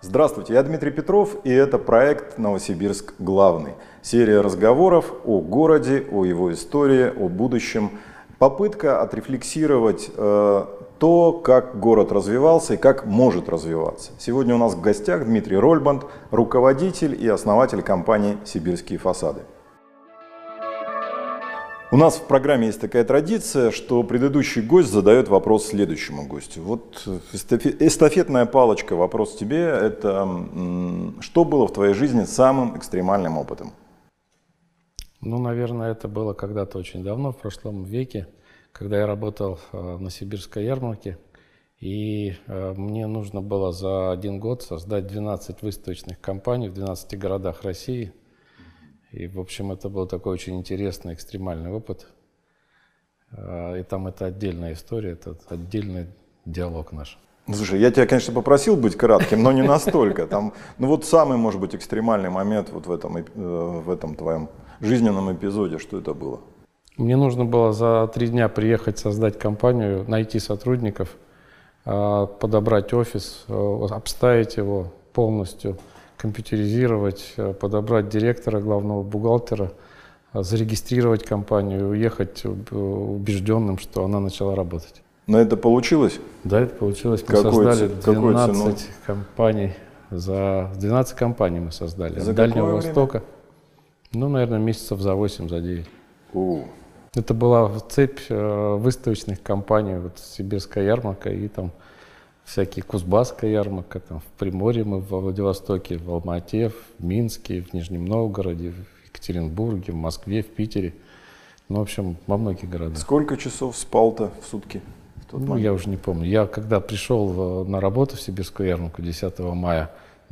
Здравствуйте, я Дмитрий Петров, и это проект «Новосибирск главный». Серия разговоров о городе, о его истории, о будущем. Попытка отрефлексировать то, как город развивался и как может развиваться. Сегодня у нас в гостях Дмитрий Рольбанд, руководитель и основатель компании «Сибирские фасады». У нас в программе есть такая традиция, что предыдущий гость задает вопрос следующему гостю. Вот эстафетная палочка, вопрос тебе, это что было в твоей жизни самым экстремальным опытом? Ну, наверное, это было когда-то очень давно, в прошлом веке, когда я работал на сибирской ярмарке, и мне нужно было за 1 год создать 12 выставочных компаний в 12 городах России. И, в общем, это был такой очень интересный, экстремальный опыт. И там это отдельная история, это отдельный диалог наш. Слушай, я тебя, конечно, попросил быть кратким, но не настолько. Там, ну вот самый, может быть, экстремальный момент вот в этом твоем жизненном эпизоде, что это было? Мне нужно было за 3 дня приехать, создать компанию, найти сотрудников, подобрать офис, обставить его полностью, компьютеризировать, подобрать директора, главного бухгалтера, зарегистрировать компанию и уехать убежденным, что она начала работать. Но это получилось? Да, это получилось. Мы создали 12 компаний. За 12 компаний мы создали. От Дальнего Востока. Ну, наверное, месяцев за 8, за 9. Это была цепь выставочных компаний. Вот Сибирская ярмарка и там всякие Кузбасская ярмарка, там в Приморье мы, в Владивостоке, в Алма-Ате, в Минске, в Нижнем Новгороде, в Екатеринбурге, в Москве, в Питере. Ну, в общем, во многих городах. Сколько часов спал-то в сутки? Я уже не помню. Я когда пришел на работу в Сибирскую ярмарку 10 мая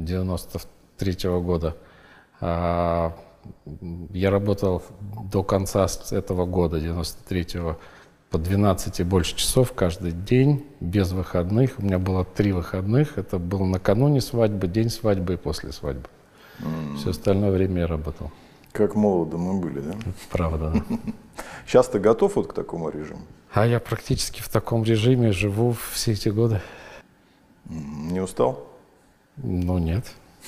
1993 года, я работал до конца этого года, 1993-го, по 12 и больше часов каждый день, без выходных. У меня было 3 выходных. Это был накануне свадьбы, день свадьбы и после свадьбы. Все остальное время я работал. Как молоды мы были, да? Правда, да. Сейчас ты готов вот к такому режиму? А я практически в таком режиме живу все эти годы. Не устал? Ну, нет.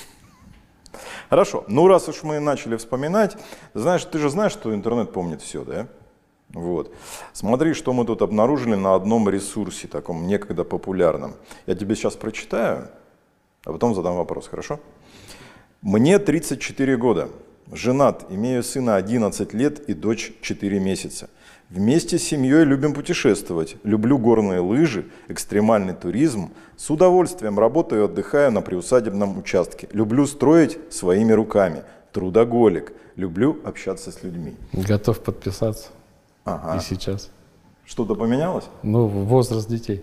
Хорошо. Ну, раз уж мы начали вспоминать, знаешь, ты же знаешь, что интернет помнит все, да? Вот. Смотри, что мы тут обнаружили на одном ресурсе, таком некогда популярном. Я тебе сейчас прочитаю, а потом задам вопрос, хорошо? Мне 34 года. Женат, имею сына 11 лет и дочь 4 месяца. Вместе с семьей любим путешествовать. Люблю горные лыжи, экстремальный туризм. С удовольствием работаю и отдыхаю на приусадебном участке. Люблю строить своими руками. Трудоголик. Люблю общаться с людьми. Готов подписаться. Ага. И сейчас. Что-то поменялось? Ну, возраст детей.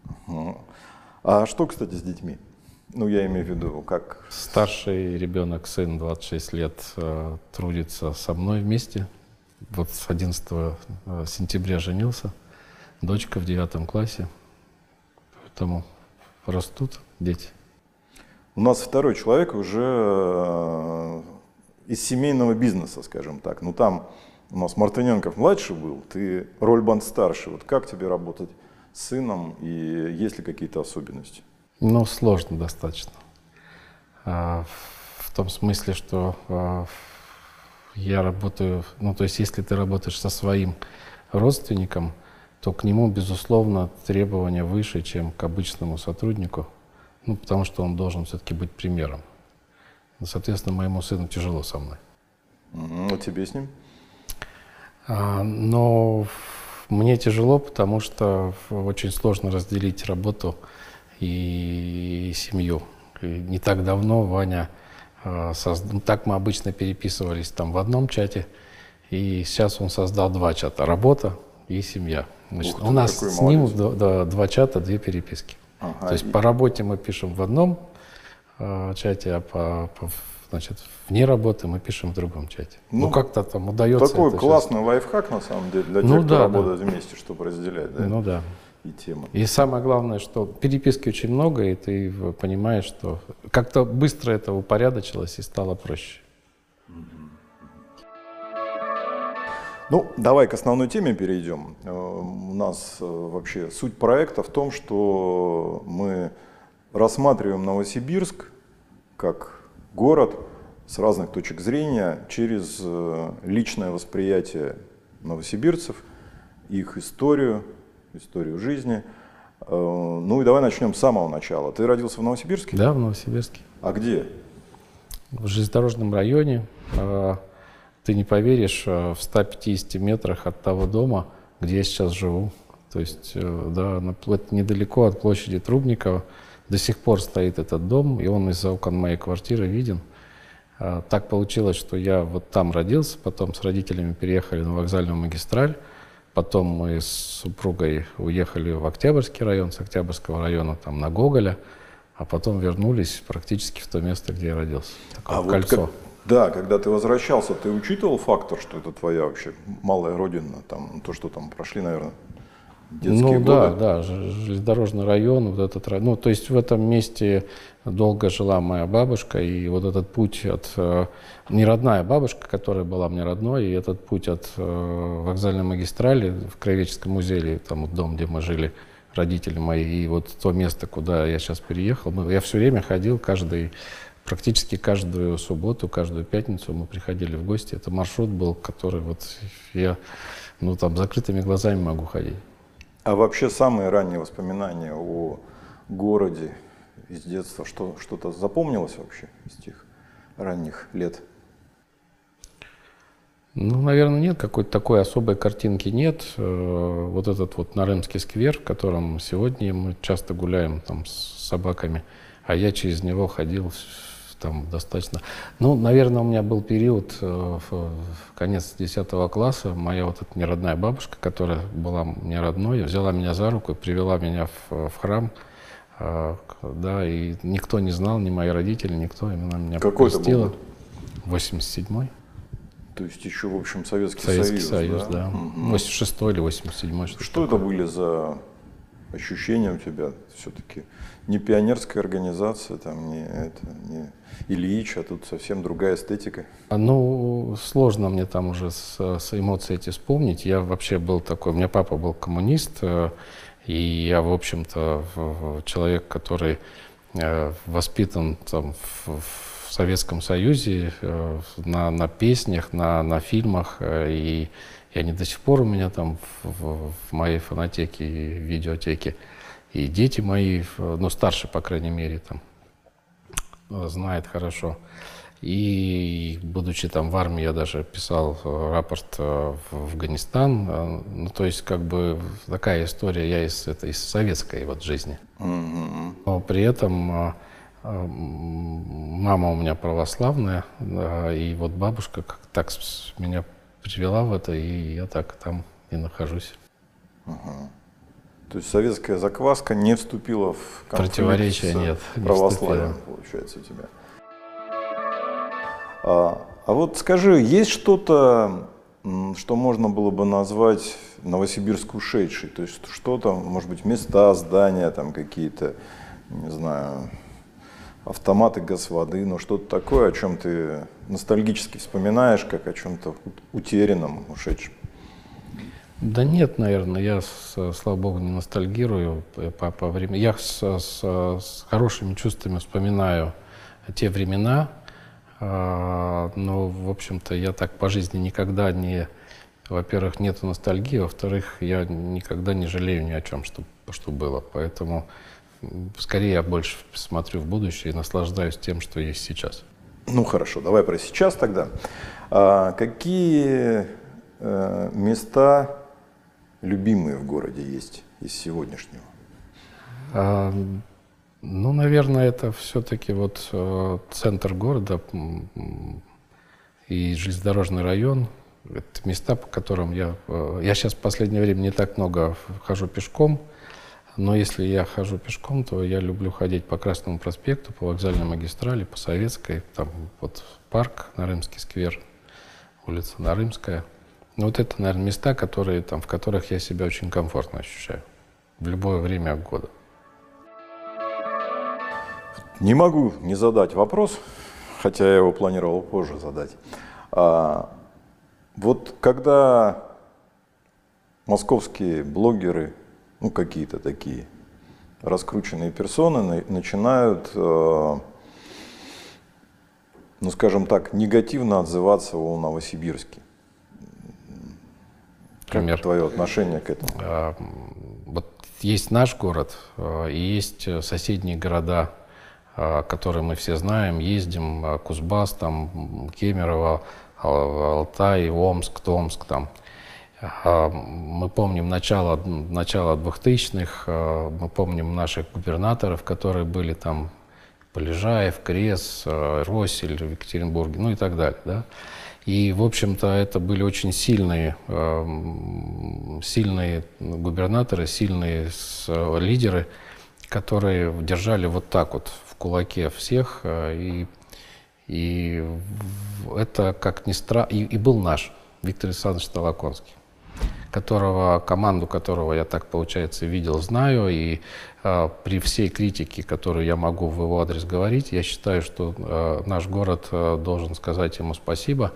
А что, кстати, с детьми? Ну, я имею в виду, как... Старший ребенок, сын, 26 лет, трудится со мной вместе. Вот с 11 сентября женился. Дочка в 9 классе. Поэтому растут дети. У нас второй человек уже из семейного бизнеса, скажем так. Ну, там у нас Мартыненков младший был, ты Рольбанд старший. Вот как тебе работать с сыном и есть ли какие-то особенности? Ну, сложно достаточно. В том смысле, что я работаю, ну, то есть, если ты работаешь со своим родственником, то к нему, безусловно, требования выше, чем к обычному сотруднику, ну, потому что он должен все-таки быть примером. Соответственно, моему сыну тяжело со мной. А тебе с ним? Но мне тяжело, потому что очень сложно разделить работу и семью. И не так давно Ваня так мы обычно переписывались там в одном чате, и сейчас он создал 2 чата: работа и семья. Значит, у нас с ним 2 чата, 2 переписки. То есть по работе мы пишем в одном чате, а значит, вне работы мы пишем в другом чате. Ну как-то там удается. Такой классный лайфхак, на самом деле, для тех, кто работает вместе, чтобы разделять, да? Ну да. И тему. И самое главное, что переписки очень много, и ты понимаешь, что как-то быстро это упорядочилось и стало проще. Ну, давай к основной теме перейдем. У нас вообще суть проекта в том, что мы рассматриваем Новосибирск как город с разных точек зрения через личное восприятие новосибирцев, их историю, историю жизни. Ну и давай начнем с самого начала. Ты родился в Новосибирске? Да, в Новосибирске. А где? В железнодорожном районе. Ты не поверишь, в 150 метрах от того дома, где я сейчас живу. То есть, да, это недалеко от площади Трубникова. До сих пор стоит этот дом, и он из-за окон моей квартиры виден. Так получилось, что я вот там родился, потом с родителями переехали на вокзальную магистраль, потом мы с супругой уехали в Октябрьский район, с Октябрьского района там на Гоголя, а потом вернулись практически в то место, где я родился. Такое кольцо. Вот да, когда ты возвращался, ты учитывал фактор, что это твоя вообще малая родина, там, то, что там прошли, наверное, детские годы? Да, железнодорожный район, вот этот район. Ну, то есть в этом месте долго жила моя бабушка, и вот этот путь от... Не родная бабушка, которая была мне родной, и этот путь от вокзальной магистрали в Краеведческом музее, там вот дом, где мы жили, родители мои, и вот то место, куда я сейчас переехал, я все время ходил практически каждую субботу, каждую пятницу мы приходили в гости. Это маршрут был, который вот я, там закрытыми глазами могу ходить. А вообще самые ранние воспоминания о городе из детства, что-то запомнилось вообще из тех ранних лет? Наверное, нет, какой-то такой особой картинки нет. Вот этот вот Нарымский сквер, в котором сегодня мы часто гуляем там с собаками, а я через него ходил там достаточно. Наверное, у меня был период, в конец 10 класса, моя вот эта неродная бабушка, которая была мне родной, взяла меня за руку и привела меня в храм. Да, и никто не знал, ни мои родители, никто, именно меня крестила. 87-й. То есть еще, в общем, Советский Союз, да. 86-й или 87-й. Что это были за ощущения у тебя? Все-таки не пионерская организация, там, не Ильич, а тут совсем другая эстетика. Сложно мне там уже с эмоцией эти вспомнить. Я вообще был такой, у меня папа был коммунист, и я, в общем-то, человек, который воспитан там в Советском Союзе, на песнях, на фильмах, и они до сих пор у меня там в моей фонотеке и видеотеке. И дети мои, старше, по крайней мере, там, знает хорошо. И, будучи там в армии, я даже писал рапорт в Афганистан. То есть, как бы, такая история, я из советской вот жизни. Но при этом мама у меня православная, и вот бабушка как-то так меня привела в это, и я так там и нахожусь. То есть советская закваска не вступила в конфликт противоречия с православием, получается, у тебя. А вот скажи, есть что-то, что можно было бы назвать Новосибирск ушедший? То есть что-то, может быть, места, здания, там какие-то, не знаю, автоматы газводы, но что-то такое, о чем ты ностальгически вспоминаешь, как о чем-то утерянном, ушедшем? Да нет, наверное, я, слава богу, не ностальгирую по времени. Я с хорошими чувствами вспоминаю те времена, но, в общем-то, я так по жизни никогда не... Во-первых, нету ностальгии, во-вторых, я никогда не жалею ни о чем, что было. Поэтому скорее я больше смотрю в будущее и наслаждаюсь тем, что есть сейчас. Хорошо, давай про сейчас тогда. Какие места любимые в городе есть из сегодняшнего? Наверное, это все-таки вот центр города и железнодорожный район. Это места, по которым я сейчас в последнее время не так много хожу пешком, но если я хожу пешком, то я люблю ходить по Красному проспекту, по вокзальной магистрали, по Советской, там вот парк, Нарымский сквер, улица Нарымская. Вот это, наверное, места, в которых я себя очень комфортно ощущаю в любое время года. Не могу не задать вопрос, хотя я его планировал позже задать. Вот когда московские блогеры, какие-то такие раскрученные персоны начинают ну скажем так, негативно отзываться о Новосибирске? Как твое отношение к этому? Вот есть наш город, и есть соседние города, которые мы все знаем, ездим, Кузбасс, там, Кемерово, Алтай, Омск, Томск, там. Мы помним начало 2000-х, мы помним наших губернаторов, которые были там, Полежаев, Крес, Россель в Екатеринбурге, ну и так далее, да. И, в общем-то, это были очень сильные губернаторы, сильные лидеры, которые держали вот так вот в кулаке всех. И это, как ни странно, и был наш Виктор Александрович Толоконский, команду которого я, так получается, видел, знаю. И при всей критике, которую я могу в его адрес говорить, я считаю, что наш город должен сказать ему спасибо.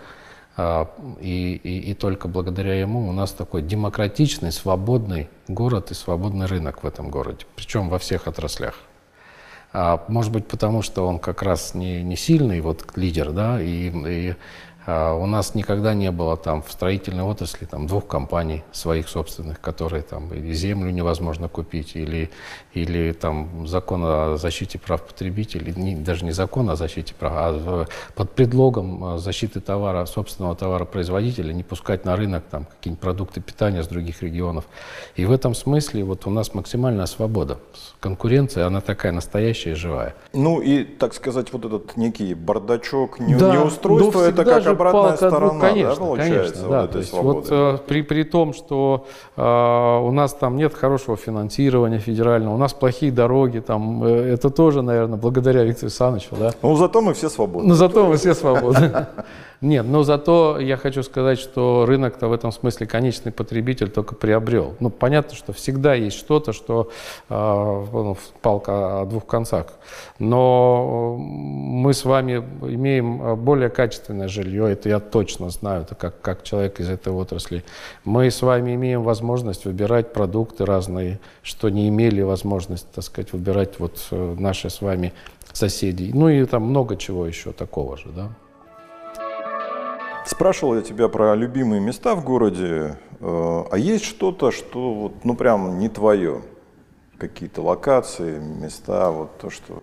И только благодаря ему у нас такой демократичный, свободный город и свободный рынок в этом городе, причем во всех отраслях. Может быть, потому что он как раз не сильный вот лидер, да, и у нас никогда не было там в строительной отрасли там 2 компаний своих собственных, которые там или землю невозможно купить, или там закон о защите прав потребителей, даже не закон о защите прав, а под предлогом защиты товара, собственного товаропроизводителя не пускать на рынок там какие-нибудь продукты питания с других регионов. И в этом смысле вот у нас максимальная свобода. Конкуренция, она такая настоящая и живая. Ну и, так сказать, вот этот некий бардачок, неустройство, это как обратная сторона, конечно, да, получается, конечно, вот да. этой есть, свободы. Вот при том, что у нас там нет хорошего финансирования федерального, у нас плохие дороги, там, это тоже, наверное, благодаря Виктору Александровичу, да. Ну зато мы все свободны. Ну зато мы все свободны. Нет, но зато я хочу сказать, что рынок-то в этом смысле конечный потребитель только приобрел. Ну, понятно, что всегда есть что-то, что палка о 2 концах. Но мы с вами имеем более качественное жилье, это я точно знаю, это как человек из этой отрасли. Мы с вами имеем возможность выбирать продукты разные, что не имели возможность, так сказать, выбирать вот наши с вами соседи. Ну и там много чего еще такого же, да. Спрашивал я тебя про любимые места в городе, а есть что-то, что вот, ну прям не твое? Какие-то локации, места, вот то, что...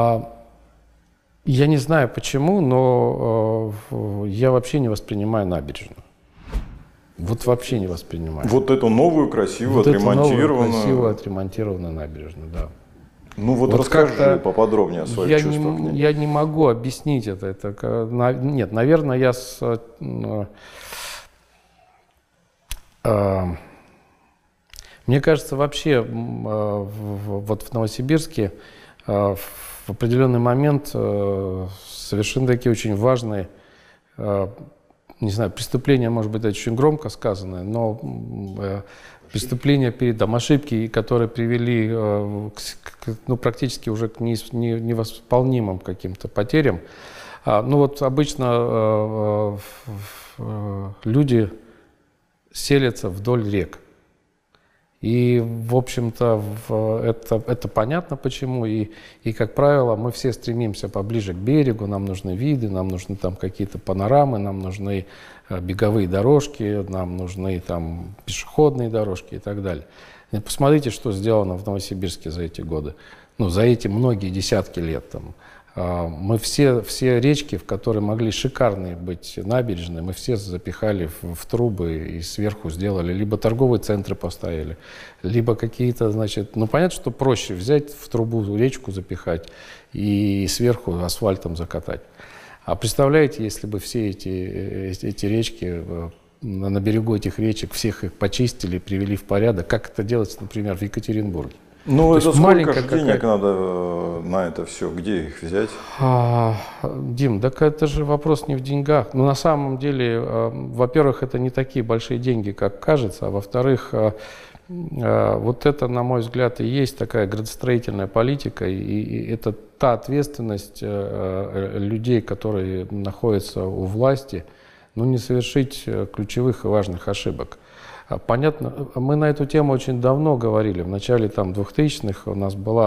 Я не знаю почему, но я вообще не воспринимаю набережную. Вот вообще не воспринимаю. Вот эту новую, красивую, отремонтированную... Новую, красивую, отремонтированную набережную, да. Ну вот расскажи поподробнее о своих чувствах. Я не могу объяснить это. Нет, наверное, мне кажется, вообще вот в Новосибирске в определенный момент совершенно такие очень важные, не знаю, преступления, может быть, это очень громко сказанное, но преступления ошибки, которые привели практически уже к невосполнимым каким-то потерям. Ну вот обычно люди селятся вдоль рек. И, в общем-то, это понятно почему. И, как правило, мы все стремимся поближе к берегу, нам нужны виды, нам нужны там какие-то панорамы, нам нужны беговые дорожки, нам нужны там пешеходные дорожки и так далее. И посмотрите, что сделано в Новосибирске за эти годы. Ну, за эти многие десятки лет. Там. Мы все речки, в которые могли шикарные быть набережные, мы все запихали в трубы и сверху сделали, либо торговые центры поставили, либо какие-то, значит, ну понятно, что проще взять в трубу речку запихать и сверху асфальтом закатать. А представляете, если бы все эти речки, на берегу этих речек всех их почистили, привели в порядок, как это делается, например, в Екатеринбурге? Ну, это сколько же денег надо на это все? Где их взять? Дим, так это же вопрос не в деньгах. Ну, на самом деле, во-первых, это не такие большие деньги, как кажется, а во-вторых, вот это, на мой взгляд, и есть такая градостроительная политика, и это та ответственность людей, которые находятся у власти, ну, не совершить ключевых и важных ошибок. Понятно, мы на эту тему очень давно говорили. В начале 2000-х у нас была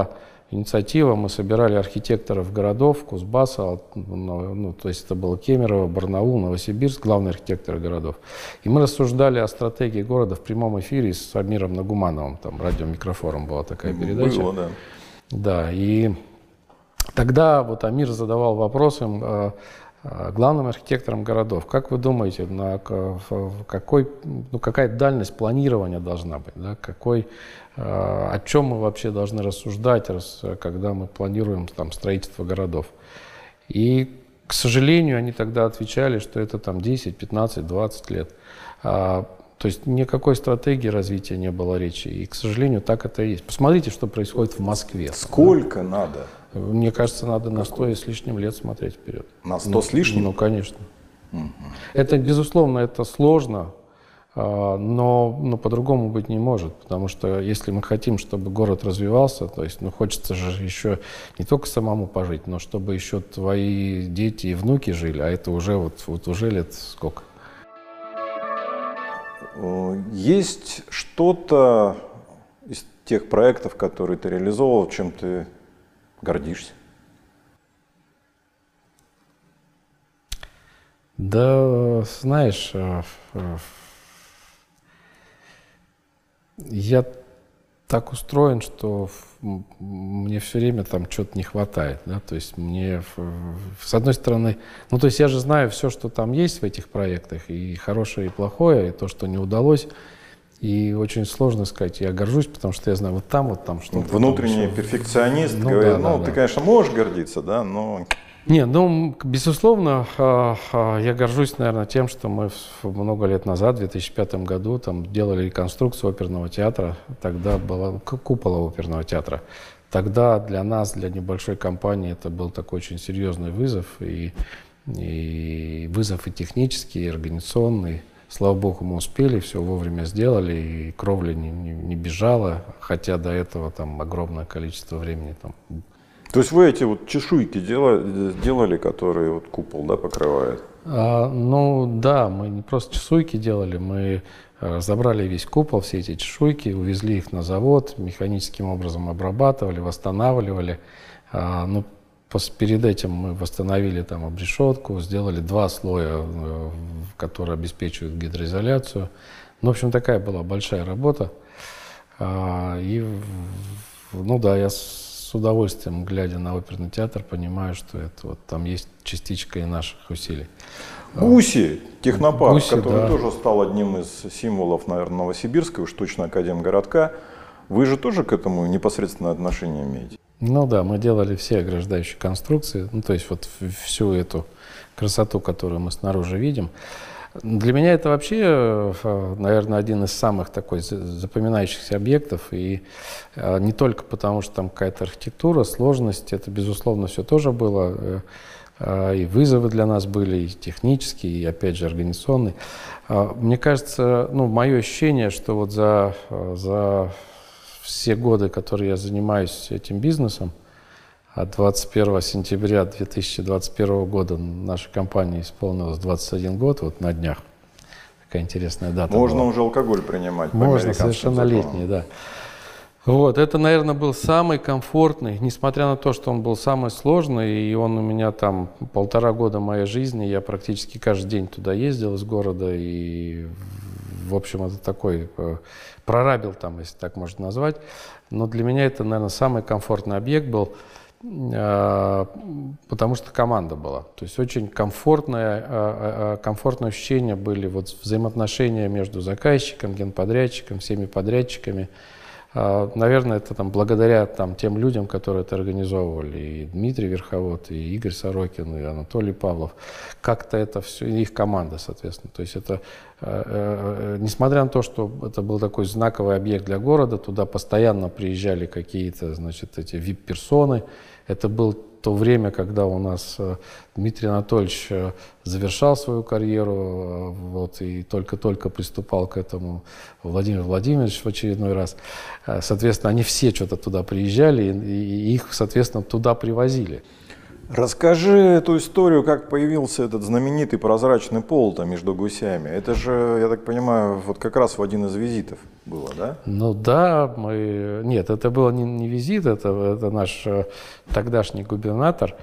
инициатива. Мы собирали архитекторов городов, Кузбасса, ну, то есть это было Кемерово, Барнаул, Новосибирск, главные архитекторы городов. И мы рассуждали о стратегии города в прямом эфире с Амиром Нагумановым, там радиомикрофорум была такая передача. Было, да. Да, и тогда вот Амир задавал вопросы главным архитекторам городов. Как вы думаете, какая дальность планирования должна быть? Да? О чем мы вообще должны рассуждать, когда мы планируем там, строительство городов? И, к сожалению, они тогда отвечали, что это там 10, 15, 20 лет. То есть никакой стратегии развития не было речи. И, к сожалению, так это и есть. Посмотрите, что происходит в Москве. Сколько надо? Мне кажется, надо на 100 с лишним лет смотреть вперед. На 100 с лишним? Ну, конечно. Это, безусловно, это сложно, но по-другому быть не может. Потому что если мы хотим, чтобы город развивался, то есть, хочется же еще не только самому пожить, но чтобы еще твои дети и внуки жили, а это уже вот уже лет сколько? Есть что-то из тех проектов, которые ты реализовал, чем ты гордишься? Да, знаешь, я так устроен, что мне все время там что-то не хватает, да, то есть мне, с одной стороны, то есть я же знаю все, что там есть в этих проектах, и хорошее, и плохое, и то, что не удалось, и очень сложно сказать, я горжусь, потому что я знаю, вот там что-то. Внутренний перфекционист говорит, ты, конечно, можешь гордиться, да, но... Не, безусловно, я горжусь, наверное, тем, что мы много лет назад, в 2005 году, там делали реконструкцию оперного театра, тогда была купола оперного театра. Тогда для нас, для небольшой компании, это был такой очень серьезный вызов, и вызов и технический, и организационный. Слава богу, мы успели, все вовремя сделали, и кровля не бежала, хотя до этого там огромное количество времени там. То есть вы эти вот чешуйки делали, которые вот купол, да, покрывают? Да, мы не просто чешуйки делали, мы разобрали весь купол, все эти чешуйки, увезли их на завод, механическим образом обрабатывали, восстанавливали. Перед этим мы восстановили там обрешетку, сделали 2 слоя, которые обеспечивают гидроизоляцию. В общем, такая была большая работа. Я с удовольствием, глядя на оперный театр, понимаю, что это там есть частичка и наших усилий. ГУСи, технопарк, ГУСи, который да. тоже стал одним из символов, наверное, Новосибирска, уж точно академгородка. Вы же тоже к этому непосредственное отношение имеете? Мы делали все ограждающие конструкции, то есть вот всю эту красоту, которую мы снаружи видим. Для меня это вообще, наверное, один из самых такой запоминающихся объектов, и не только потому, что там какая-то архитектура, сложность, это, безусловно, все тоже было, и вызовы для нас были, и технические, и, опять же, организационные. Мне кажется, мое ощущение, что вот за все годы, которые я занимаюсь этим бизнесом, от 21 сентября 2021 года нашей компании исполнилось 21 год, вот на днях. Такая интересная дата. Можно была. уже алкоголь принимать. Можно, совершеннолетний, да. Это, наверное, был самый комфортный, несмотря на то, что он был самый сложный, и он у меня там 1,5 года моей жизни, я практически каждый день туда ездил из города, и, в общем, это такой прорабил там, если так можно назвать. Но для меня это, наверное, самый комфортный объект был, потому что команда была. То есть очень комфортные ощущения были, взаимоотношения между заказчиком, генподрядчиком, всеми подрядчиками. Наверное, это благодаря тем людям, которые это организовывали, и Дмитрий Верховод, и Игорь Сорокин, и Анатолий Павлов. Как-то это все, и их команда, соответственно. То есть это, несмотря на то, что это был такой знаковый объект для города, туда постоянно приезжали какие-то, эти VIP-персоны. Это было то время, когда у нас Дмитрий Анатольевич завершал свою карьеру, и только-только приступал к этому Владимир Владимирович в очередной раз. Соответственно, они все что-то туда приезжали, и их, соответственно, туда привозили. Расскажи эту историю, как появился этот знаменитый прозрачный пол там между гусями. Это же, я так понимаю, вот как раз в один из визитов было, да? Ну да, Нет, это был не визит, это наш тогдашний губернатор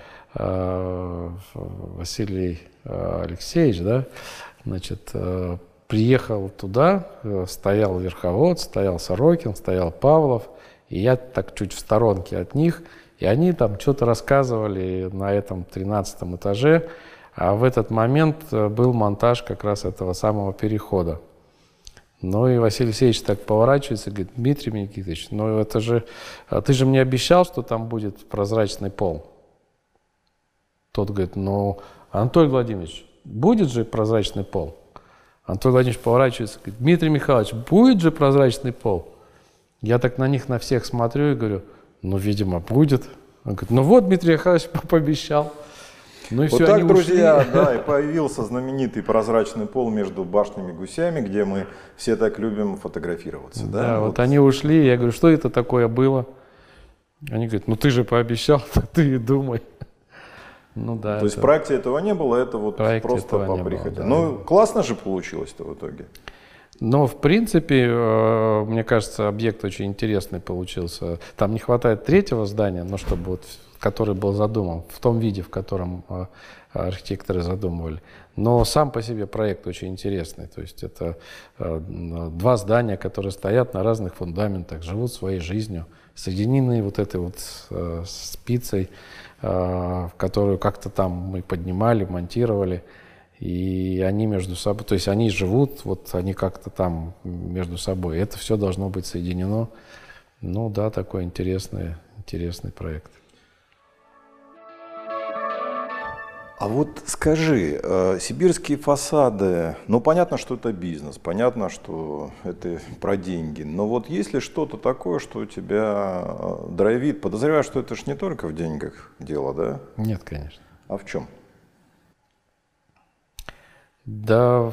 Василий Алексеевич, да, значит, приехал туда, стоял Верховод, стоял Сорокин, стоял Павлов, и я так чуть в сторонке от них, и они там что-то рассказывали на этом 13-м этаже, а в этот момент был монтаж как раз этого самого перехода. Ну и Василий Алексеевич так поворачивается и говорит: Дмитрий Никитич, ну это же, ты же мне обещал, что там будет прозрачный пол. Тот говорит: ну, Анатолий Владимирович, будет же прозрачный пол? Анатолий Владимирович поворачивается и говорит: Дмитрий Михайлович, будет же прозрачный пол? Я так на них на всех смотрю и говорю: ну, видимо, будет. Он говорит: ну вот, Дмитрий Михайлович пообещал. Ну и Вот все, так, они друзья, ушли. да, и появился знаменитый прозрачный пол между башнями гусями, где мы все так любим фотографироваться. Да, Да, вот они ушли, я говорю: что это такое было? Они говорят: ну ты же пообещал, ты и думай. Ну да. То есть в проекте этого не было, это вот просто по прихоти. Да. Ну, классно же получилось-то в итоге. Но, в принципе, мне кажется, объект очень интересный получился. Там не хватает третьего здания, но чтобы вот, который был задуман, в том виде, в котором архитекторы задумывали. Но сам по себе проект очень интересный. То есть это два здания, которые стоят на разных фундаментах, живут своей жизнью, соединены вот этой вот спицей, которую как-то там мы поднимали, монтировали. И они между собой, то есть они живут, вот они как-то там между собой. Это все должно быть соединено. Ну да, такой интересный проект. А вот скажи, сибирские фасады, ну понятно, что это бизнес, понятно, что это про деньги, но вот есть ли что-то такое, что тебя драйвит? Подозреваю, что это ж не только в деньгах дело, да? Нет, конечно. А в чем? Да,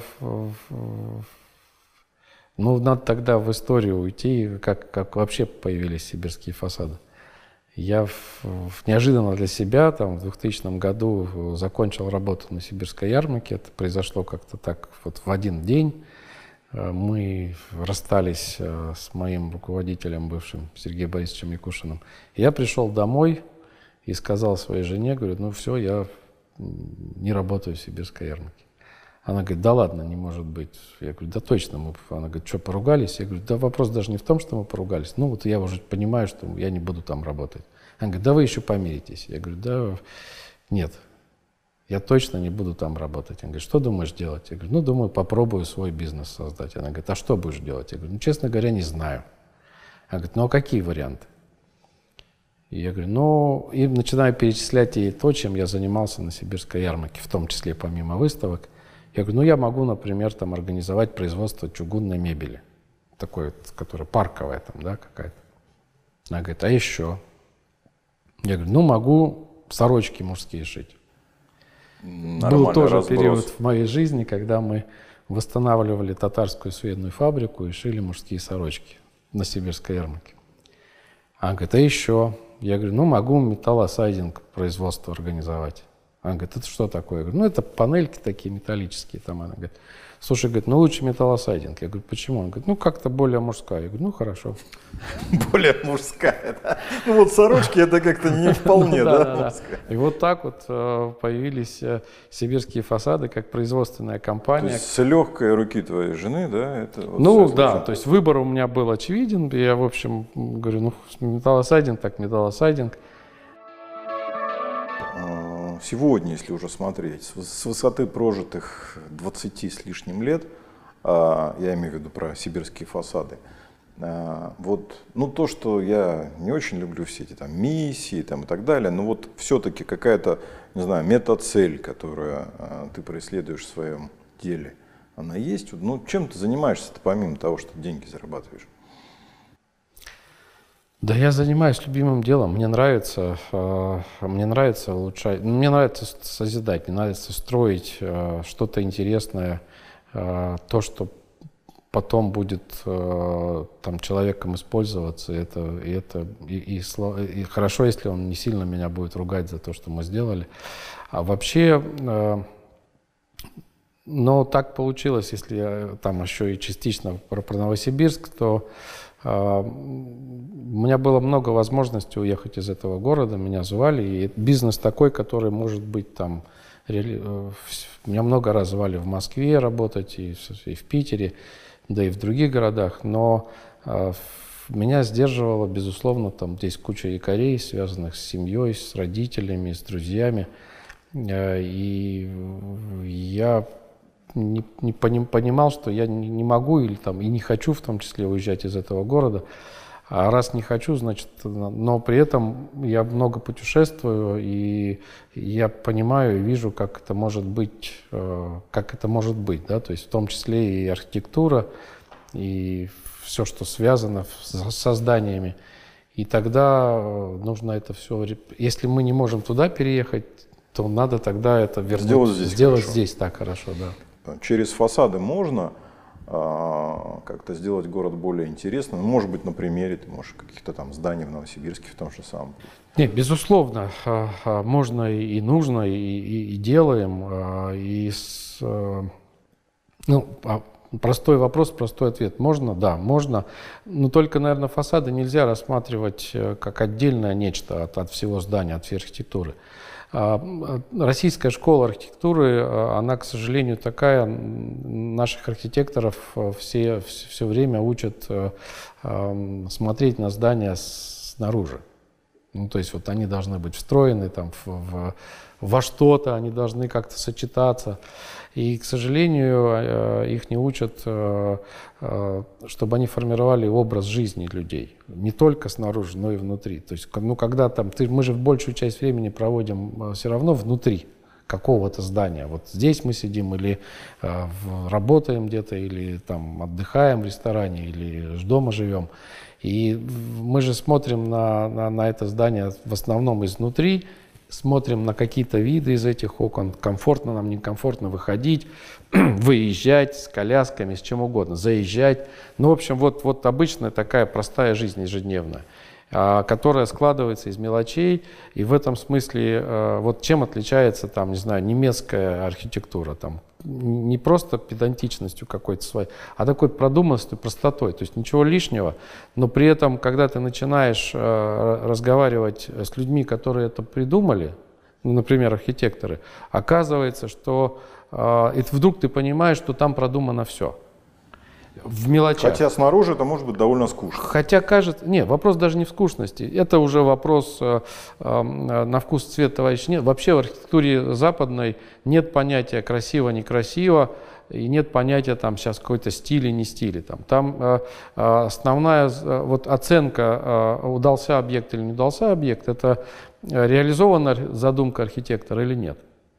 ну надо тогда в историю уйти, как вообще появились сибирские фасады. Я неожиданно для себя там, в 2000 году закончил работу на сибирской ярмарке. Это произошло как-то так вот в один день. Мы расстались с моим руководителем бывшим Сергеем Борисовичем Якушиным. Я пришел домой и сказал своей жене, говорю: ну все, я не работаю в сибирской ярмарке. Она говорит: да ладно, не может быть. Я говорю: да точно. Она говорит: что, поругались? Я говорю: да вопрос даже не в том, что мы поругались. Ну вот я уже понимаю, что я не буду там работать. Она говорит: да вы еще помиритесь. Я говорю: да нет, я точно не буду там работать. Она говорит: что думаешь делать? Я говорю: ну думаю, попробую свой бизнес создать. Она говорит: а что будешь делать? Я говорю: ну честно говоря, не знаю. Она говорит: ну а какие варианты? И я говорю: ну, и начинаю перечислять ей то, чем я занимался на сибирской ярмарке, в том числе помимо выставок. Я говорю: ну, я могу, например, там организовать производство чугунной мебели, такой, которая парковая там, да, какая-то. Она говорит: а еще? Я говорю: ну, могу сорочки мужские шить. Был тоже разброс. период в моей жизни, когда мы восстанавливали татарскую сувенирную фабрику и шили мужские сорочки на сибирской ярмарке. Она говорит: а еще? Я говорю: ну, могу металлосайдинг производство организовать. Она говорит: это что такое? Я говорю: ну, это панельки такие металлические. Там. Она говорит: слушай, говорит, ну лучше металлосайдинг. Я говорю: почему? Она говорит: ну, как-то более мужская. Я говорю: ну, хорошо. Более мужская, да? Ну вот сорочки это как-то не вполне, да? И вот так вот появились сибирские фасады как производственная То компания. есть с легкой руки твоей жены, да? Это вот Ну все да, случилось. то есть выбор у меня был очевиден. Я, в общем, говорю: ну, металлосайдинг, так металлосайдинг. Сегодня, если уже смотреть, с высоты прожитых 20 с лишним лет, я имею в виду про сибирские фасады, вот, ну то, что я не очень люблю все эти там миссии там, и так далее, но вот все-таки какая-то, не знаю, метацель, которую ты преследуешь в своем деле, она есть? Ну чем ты занимаешься-то помимо того, что деньги зарабатываешь? Да, я занимаюсь любимым делом. Мне нравится улучшать, мне нравится созидать, мне нравится строить что-то интересное, то, что потом будет там человеком использоваться. И хорошо, если он не сильно меня будет ругать за то, что мы сделали. А вообще, но так получилось, если я там еще и частично про Новосибирск, то у меня было много возможностей уехать из этого города, меня звали, и бизнес такой, который может быть там... Меня много раз звали в Москве работать, и в Питере, да и в других городах, но меня сдерживало, безусловно, там здесь куча якорей, связанных с семьей, с родителями, с друзьями, и я не понимал, что я не могу или там, и не хочу в том числе уезжать из этого города. А раз не хочу, значит, но при этом я много путешествую, и я понимаю и вижу, как это может быть, да, то есть в том числе и архитектура, и все, что связано с зданиями. И тогда нужно это все, если мы не можем туда переехать, то надо тогда это вернуть, сделать здесь так хорошо, да. Через фасады можно как-то сделать город более интересным. Может быть, на примере, ты можешь каких-то там зданий в Новосибирске в том же самом. Нет, безусловно, можно и нужно, и делаем. Простой вопрос, простой ответ. Можно? Да, можно. Но только, наверное, фасады нельзя рассматривать как отдельное нечто от всего здания, от всей архитектуры. Российская школа архитектуры, она, к сожалению, такая, наших архитекторов все время учат смотреть на здания снаружи. Ну, то есть вот они должны быть встроены там, во что-то, они должны как-то сочетаться. И, к сожалению, их не учат, чтобы они формировали образ жизни людей. Не только снаружи, но и внутри. То есть, когда там, мы же большую часть времени проводим все равно внутри какого-то здания. Вот здесь мы сидим или работаем где-то, или там отдыхаем в ресторане, или дома живем. И мы же смотрим на это здание в основном изнутри, смотрим на какие-то виды из этих окон, комфортно нам, некомфортно выходить, выезжать с колясками, с чем угодно, заезжать. Ну, в общем, вот обычная такая простая жизнь ежедневная, которая складывается из мелочей. И в этом смысле, вот чем отличается, там, не знаю, немецкая архитектура, там, не просто педантичностью какой-то своей, а такой продуманностью, простотой. То есть ничего лишнего, но при этом, когда ты начинаешь разговаривать с людьми, которые это придумали, ну, например, архитекторы, оказывается, что вдруг ты понимаешь, что там продумано все. В мелочах. Хотя снаружи это может быть довольно скучно. Хотя кажется... Нет, вопрос даже не в скучности. Это уже вопрос на вкус, цвет, товарищ. Нет. Вообще в архитектуре западной нет понятия красиво-некрасиво, и нет понятия там сейчас какой-то стиль и не стиль. Там основная вот оценка, удался объект или не удался объект, это реализована задумка архитектора или нет.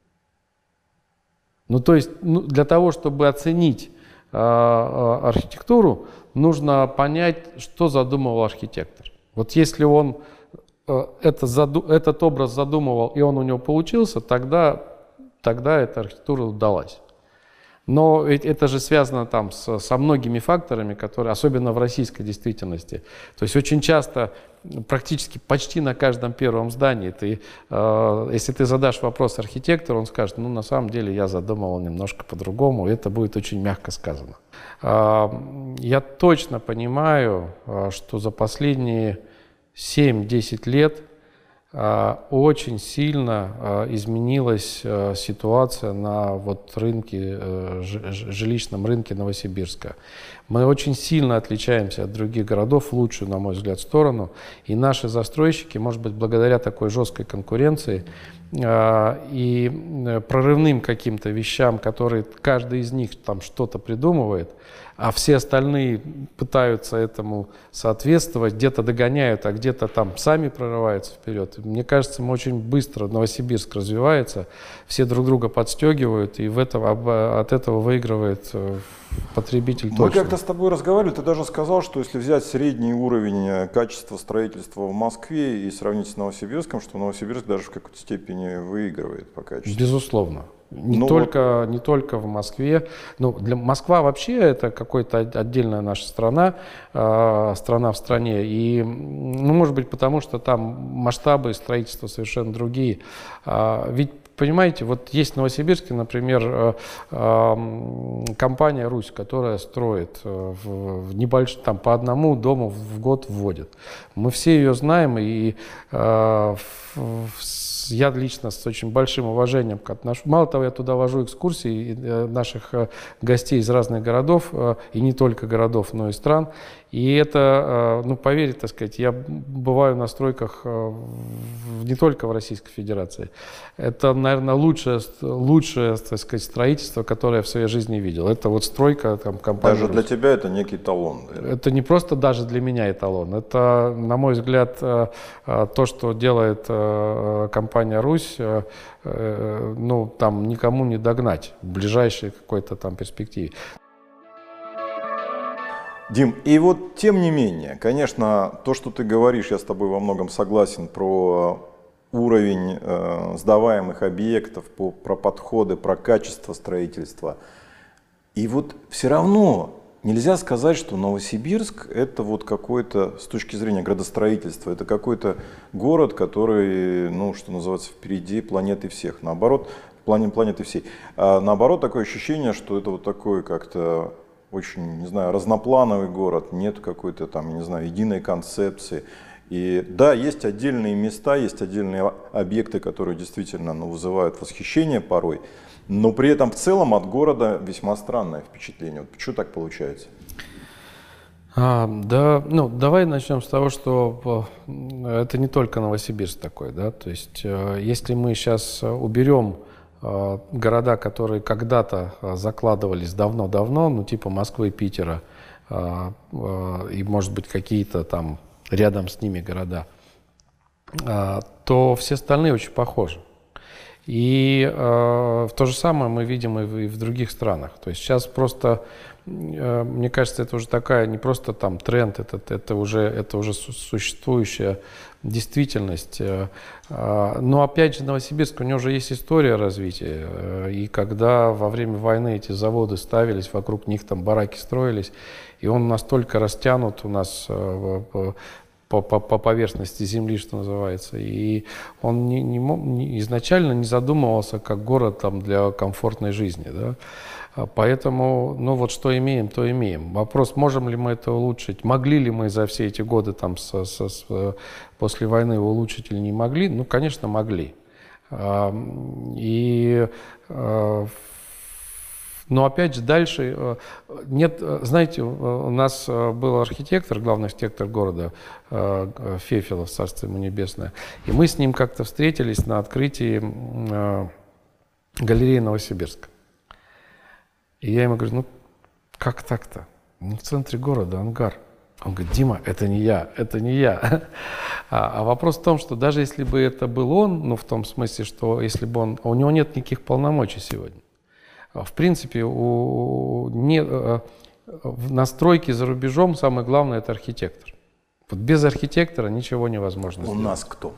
Ну, то есть для того, чтобы оценить архитектуру, нужно понять, что задумывал архитектор. Вот если он этот образ задумывал, и он у него получился, тогда эта архитектура удалась. Но это же связано там со многими факторами, которые, особенно в российской действительности. То есть очень часто, практически почти на каждом первом здании, если ты задашь вопрос архитектору, он скажет, ну на самом деле я задумывал немножко по-другому, и это будет очень мягко сказано. Я точно понимаю, что за последние 7-10 лет очень сильно изменилась ситуация на жилищном рынке Новосибирска. Мы очень сильно отличаемся от других городов в лучшую, на мой взгляд, сторону. И наши застройщики, может быть, благодаря такой жесткой конкуренции и прорывным каким-то вещам, которые каждый из них там что-то придумывает, а все остальные пытаются этому соответствовать, где-то догоняют, а где-то там сами прорываются вперед. Мне кажется, мы очень быстро, Новосибирск развивается, все друг друга подстегивают, и от этого выигрывает потребитель точно. Мы как-то с тобой разговаривали, ты даже сказал, что если взять средний уровень качества строительства в Москве и сравнить с Новосибирском, что Новосибирск даже в какой-то степени выигрывает по качеству. Безусловно. Ну, не только в Москве. Ну, Москва вообще это какая-то отдельная наша страна, страна в стране. И, ну, может быть, потому что там масштабы строительства совершенно другие. Ведь, понимаете, вот есть в Новосибирске, например, компания «Русь», которая строит там по одному дому в год вводит. Мы все ее знаем, и я лично с очень большим уважением отношусь. Мало того, я туда вожу экскурсии наших гостей из разных городов, и не только городов, но и стран. И это, ну, поверьте, так сказать, я бываю на стройках не только в Российской Федерации. Это, наверное, лучшее, так сказать, строительство, которое я в своей жизни видел. Это вот стройка там, компании. Даже для тебя это некий эталон. Да? Это не просто даже для меня эталон. Это, на мой взгляд, то, что делает компания «Русь», ну, там никому не догнать в ближайшей какой-то там перспективе. Дим, и вот тем не менее, конечно, то, что ты говоришь, я с тобой во многом согласен про уровень сдаваемых объектов, про подходы, про качество строительства. И вот все равно нельзя сказать, что Новосибирск это вот какой-то, с точки зрения градостроительства, это какой-то город, который, ну, что называется, впереди планеты всех. Наоборот, планеты всей. А наоборот, такое ощущение, что это вот такой как-то очень, не знаю, разноплановый город, нет какой-то там, не знаю, единой концепции. И да, есть отдельные места, есть отдельные объекты, которые действительно, ну, вызывают восхищение порой, но при этом в целом от города весьма странное впечатление. Вот почему так получается? Да, ну, давай начнем с того, что это не только Новосибирск такой, да, то есть если мы сейчас уберем города, которые когда-то закладывались давно-давно, ну типа Москвы, Питера, и может быть какие-то там рядом с ними города, то все остальные очень похожи. И то же самое мы видим и в других странах. То есть сейчас просто, мне кажется, это уже такая не просто там тренд, это уже существующая действительность. Но опять же Новосибирск, у него уже есть история развития. И когда во время войны эти заводы ставились, вокруг них там бараки строились, и он настолько растянут у нас по поверхности земли, что называется. И он изначально не задумывался как город там, для комфортной жизни. Да? Поэтому, ну вот что имеем, то имеем. Вопрос, можем ли мы это улучшить, могли ли мы за все эти годы там, после войны его улучшить или не могли? Ну, конечно, могли. Но опять же дальше нет, знаете, у нас был архитектор, главный архитектор города Фефелов, царство ему небесное, и мы с ним как-то встретились на открытии галереи Новосибирска. И я ему говорю, ну как так-то? Ну, в центре города ангар. Он говорит, Дима, это не я, это не я. А вопрос в том, что даже если бы это был он, ну в том смысле, что если бы у него нет никаких полномочий сегодня. В принципе, в настройке за рубежом самое главное – это архитектор. Вот без архитектора ничего невозможно сделать. У нас кто?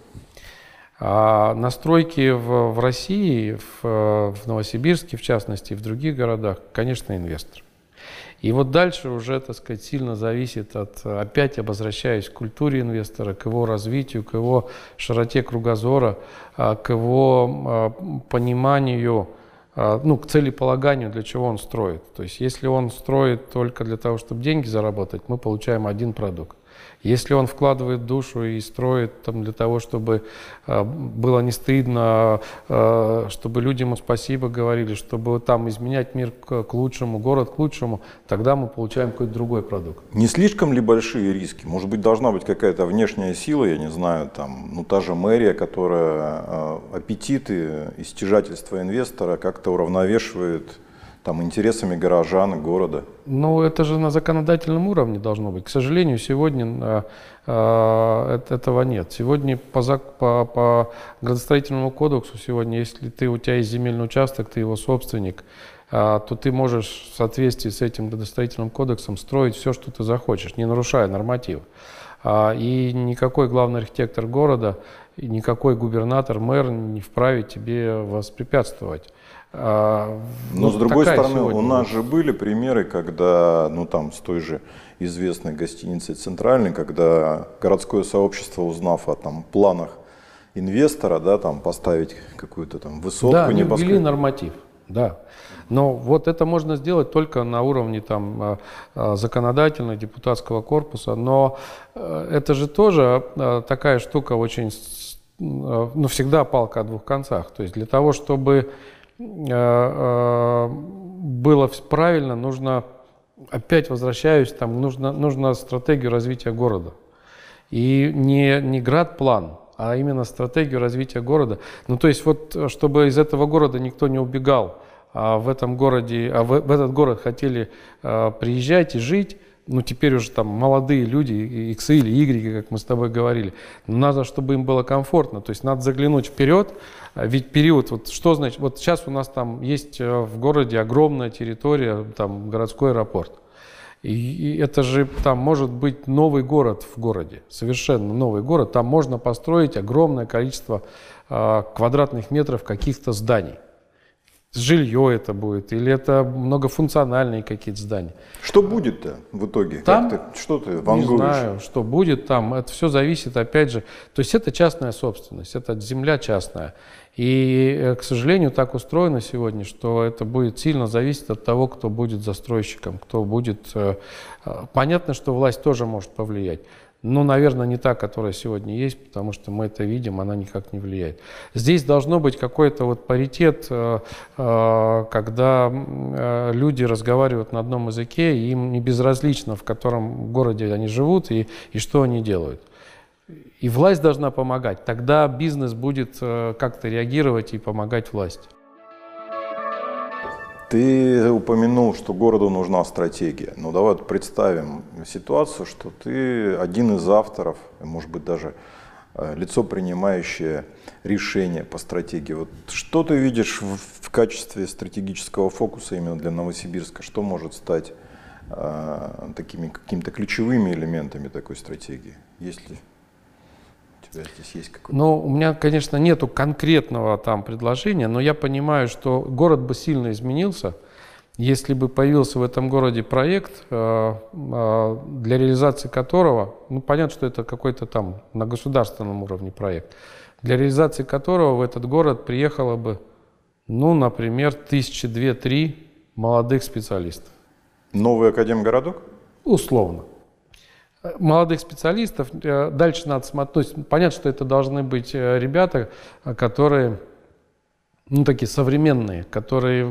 А настройки в России, в Новосибирске, в частности, и в других городах, конечно, инвестор. И вот дальше уже, так сказать, сильно зависит от, опять я возвращаюсь к культуре инвестора, к его развитию, к его широте кругозора, к его пониманию, ну, к целеполаганию, для чего он строит. То есть, если он строит только для того, чтобы деньги заработать, мы получаем один продукт. Если он вкладывает душу и строит там, для того, чтобы было не стыдно, чтобы люди ему спасибо говорили, чтобы там изменять мир к лучшему, город к лучшему, тогда мы получаем какой-то другой продукт. Не слишком ли большие риски? Может быть, должна быть какая-то внешняя сила, я не знаю, там, ну, та же мэрия, которая аппетиты и стяжательство инвестора как-то уравновешивает там, интересами горожан, города. Ну, это же на законодательном уровне должно быть. К сожалению, сегодня этого нет. Сегодня по градостроительному кодексу, сегодня, если у тебя есть земельный участок, ты его собственник, то ты можешь в соответствии с этим градостроительным кодексом строить все, что ты захочешь, не нарушая нормативы. И никакой главный архитектор города, и никакой губернатор, мэр не вправе тебе воспрепятствовать. Но с другой стороны, у нас же были примеры, когда, ну там, с той же известной гостиницей «Центральной», когда городское сообщество, узнав о там планах инвестора, да, там поставить какую-то там высотку, да, они ввели норматив, да. Но вот это можно сделать только на уровне там законодательного, депутатского корпуса. Но это же тоже такая штука очень, ну, всегда палка о двух концах. То есть для того, чтобы было правильно, нужно, опять возвращаюсь, там, нужно стратегию развития города. И не градплан, а именно стратегию развития города. Ну, то есть вот, чтобы из этого города никто не убегал, а в этом городе, в этот город хотели приезжать и жить, ну, теперь уже там молодые люди, иксы или игреки, как мы с тобой говорили, надо, чтобы им было комфортно, то есть надо заглянуть вперед, ведь период, вот что значит, вот сейчас у нас там есть в городе огромная территория, там городской аэропорт, и это же там может быть новый город в городе, совершенно новый город, там можно построить огромное количество квадратных метров каких-то зданий. Жилье это будет, или это многофункциональные какие-то здания. Что будет-то в итоге? Там, что ты вангуешь? Не знаю, что будет там. Это все зависит, опять же. То есть это частная собственность, это земля частная. И, к сожалению, так устроено сегодня, что это будет сильно зависеть от того, кто будет застройщиком, кто будет... Понятно, что власть тоже может повлиять. Но, наверное, не та, которая сегодня есть, потому что мы это видим, она никак не влияет. Здесь должно быть какой-то вот паритет, когда люди разговаривают на одном языке, и им не безразлично, в котором городе они живут и что они делают. И власть должна помогать. Тогда бизнес будет как-то реагировать и помогать власти. Ты упомянул, что городу нужна стратегия. Ну давай вот представим ситуацию, что ты один из авторов, может быть даже лицо, принимающее решение по стратегии. Вот что ты видишь в качестве стратегического фокуса именно для Новосибирска? Что может стать такими какими-то ключевыми элементами такой стратегии? Есть ли у тебя здесь есть какой-то? Ну, у меня, конечно, нету конкретного там предложения, но я понимаю, что город бы сильно изменился, если бы появился в этом городе проект, для реализации которого, ну, понятно, что это какой-то там на государственном уровне проект, для реализации которого в этот город приехало бы, ну, например, 1002-3 молодых специалистов. Новый академгородок? Условно. Молодых специалистов, дальше надо смотреть, то есть понятно, что это должны быть ребята, которые, ну, такие современные, которые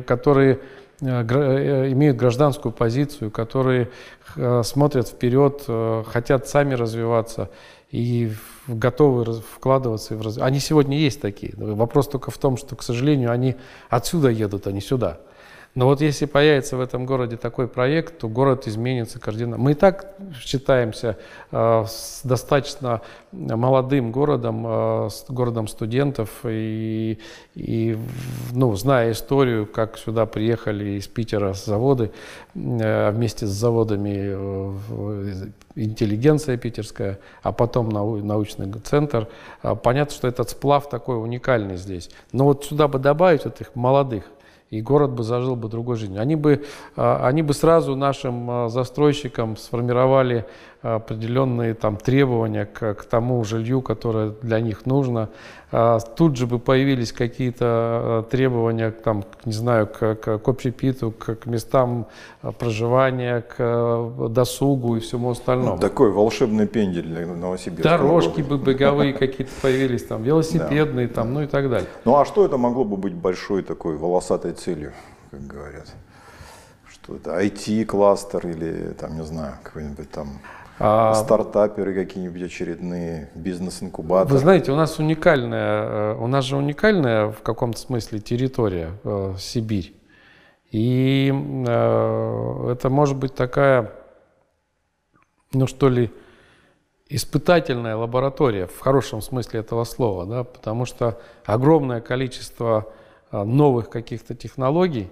имеют гражданскую позицию, которые смотрят вперед, хотят сами развиваться и готовы вкладываться в развитие. Они сегодня есть такие. Вопрос только в том, что, к сожалению, они отсюда едут, а не сюда. Но вот если появится в этом городе такой проект, то город изменится кардинально. Мы и так считаемся с достаточно молодым городом, с городом студентов. И ну, зная историю, как сюда приехали из Питера заводы, вместе с заводами интеллигенция питерская, а потом научный центр, понятно, что этот сплав такой уникальный здесь. Но вот сюда бы добавить этих молодых, и город бы зажил бы другой жизнью. Они бы сразу нашим застройщикам сформировали определенные там требования к тому жилью, которое для них нужно. Тут же бы появились какие-то требования, там, не знаю, к общепиту, к местам проживания, к досугу и всему остальному. Такой волшебный пендель для Новосибирска. Дорожки бы беговые какие-то появились, там, велосипедные, там, ну и так далее. Ну а что это могло бы быть большой такой волосатой целью, как говорят? Что это IT-кластер или, там, не знаю, какой-нибудь там... стартаперы какие-нибудь очередные, бизнес-инкубаторы. Вы знаете, у нас же уникальная в каком-то смысле территория, Сибирь. И это может быть такая, ну что ли, испытательная лаборатория в хорошем смысле этого слова, да, потому что огромное количество новых каких-то технологий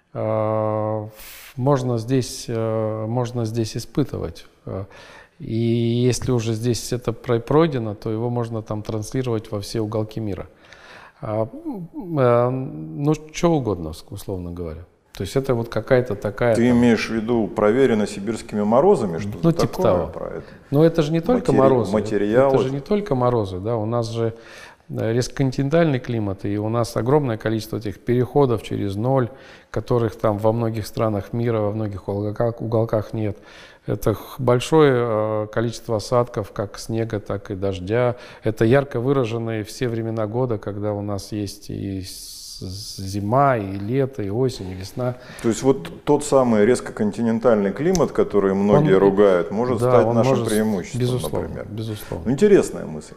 можно здесь испытывать. И если уже здесь это пройдено, то его можно там транслировать во все уголки мира. Ну, что угодно, условно говоря. То есть это вот какая-то такая... Ты имеешь в виду проверено сибирскими морозами? Что ну, типа того. Про это? Но это же не только морозы. Материалы. Это же не только морозы, да, у нас же резкоконтинентальный климат, и у нас огромное количество этих переходов через ноль, которых там во многих странах мира, во многих уголках нет. Это большое количество осадков, как снега, так и дождя. Это ярко выраженные все времена года, когда у нас есть и зима, и лето, и осень, и весна. То есть вот тот самый резкоконтинентальный климат, который многие ругают, может стать нашим преимуществом, безусловно, например. Безусловно. Интересная мысль.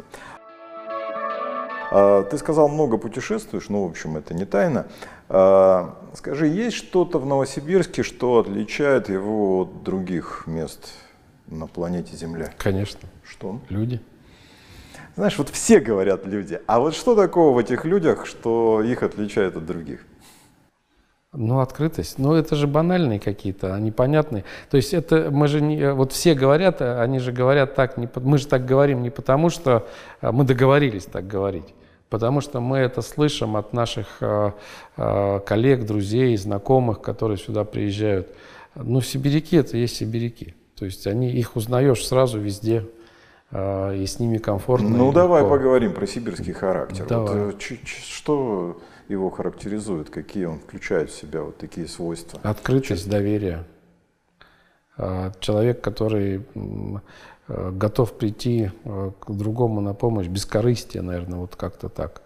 Ты сказал, много путешествуешь, ну, в общем, это не тайна. Скажи, есть что-то в Новосибирске, что отличает его от других мест на планете Земля? Конечно. Что? Люди. Знаешь, вот все говорят люди, а вот что такого в этих людях, что их отличает от других? Ну, открытость. Ну, это же банальные какие-то, они понятные. То есть это мы же не... Вот все говорят, они же говорят так, не, мы же так говорим не потому, что мы договорились так говорить, потому что мы это слышим от наших коллег, друзей, знакомых, которые сюда приезжают. Ну, сибиряки — это есть сибиряки. То есть их узнаешь сразу везде, и с ними комфортно. Ну, давай поговорим про сибирский характер. Давай. Вот, что его характеризует, какие он включает в себя вот такие свойства? Открытость, доверие. Человек, который готов прийти к другому на помощь, бескорыстие, наверное, вот как-то так.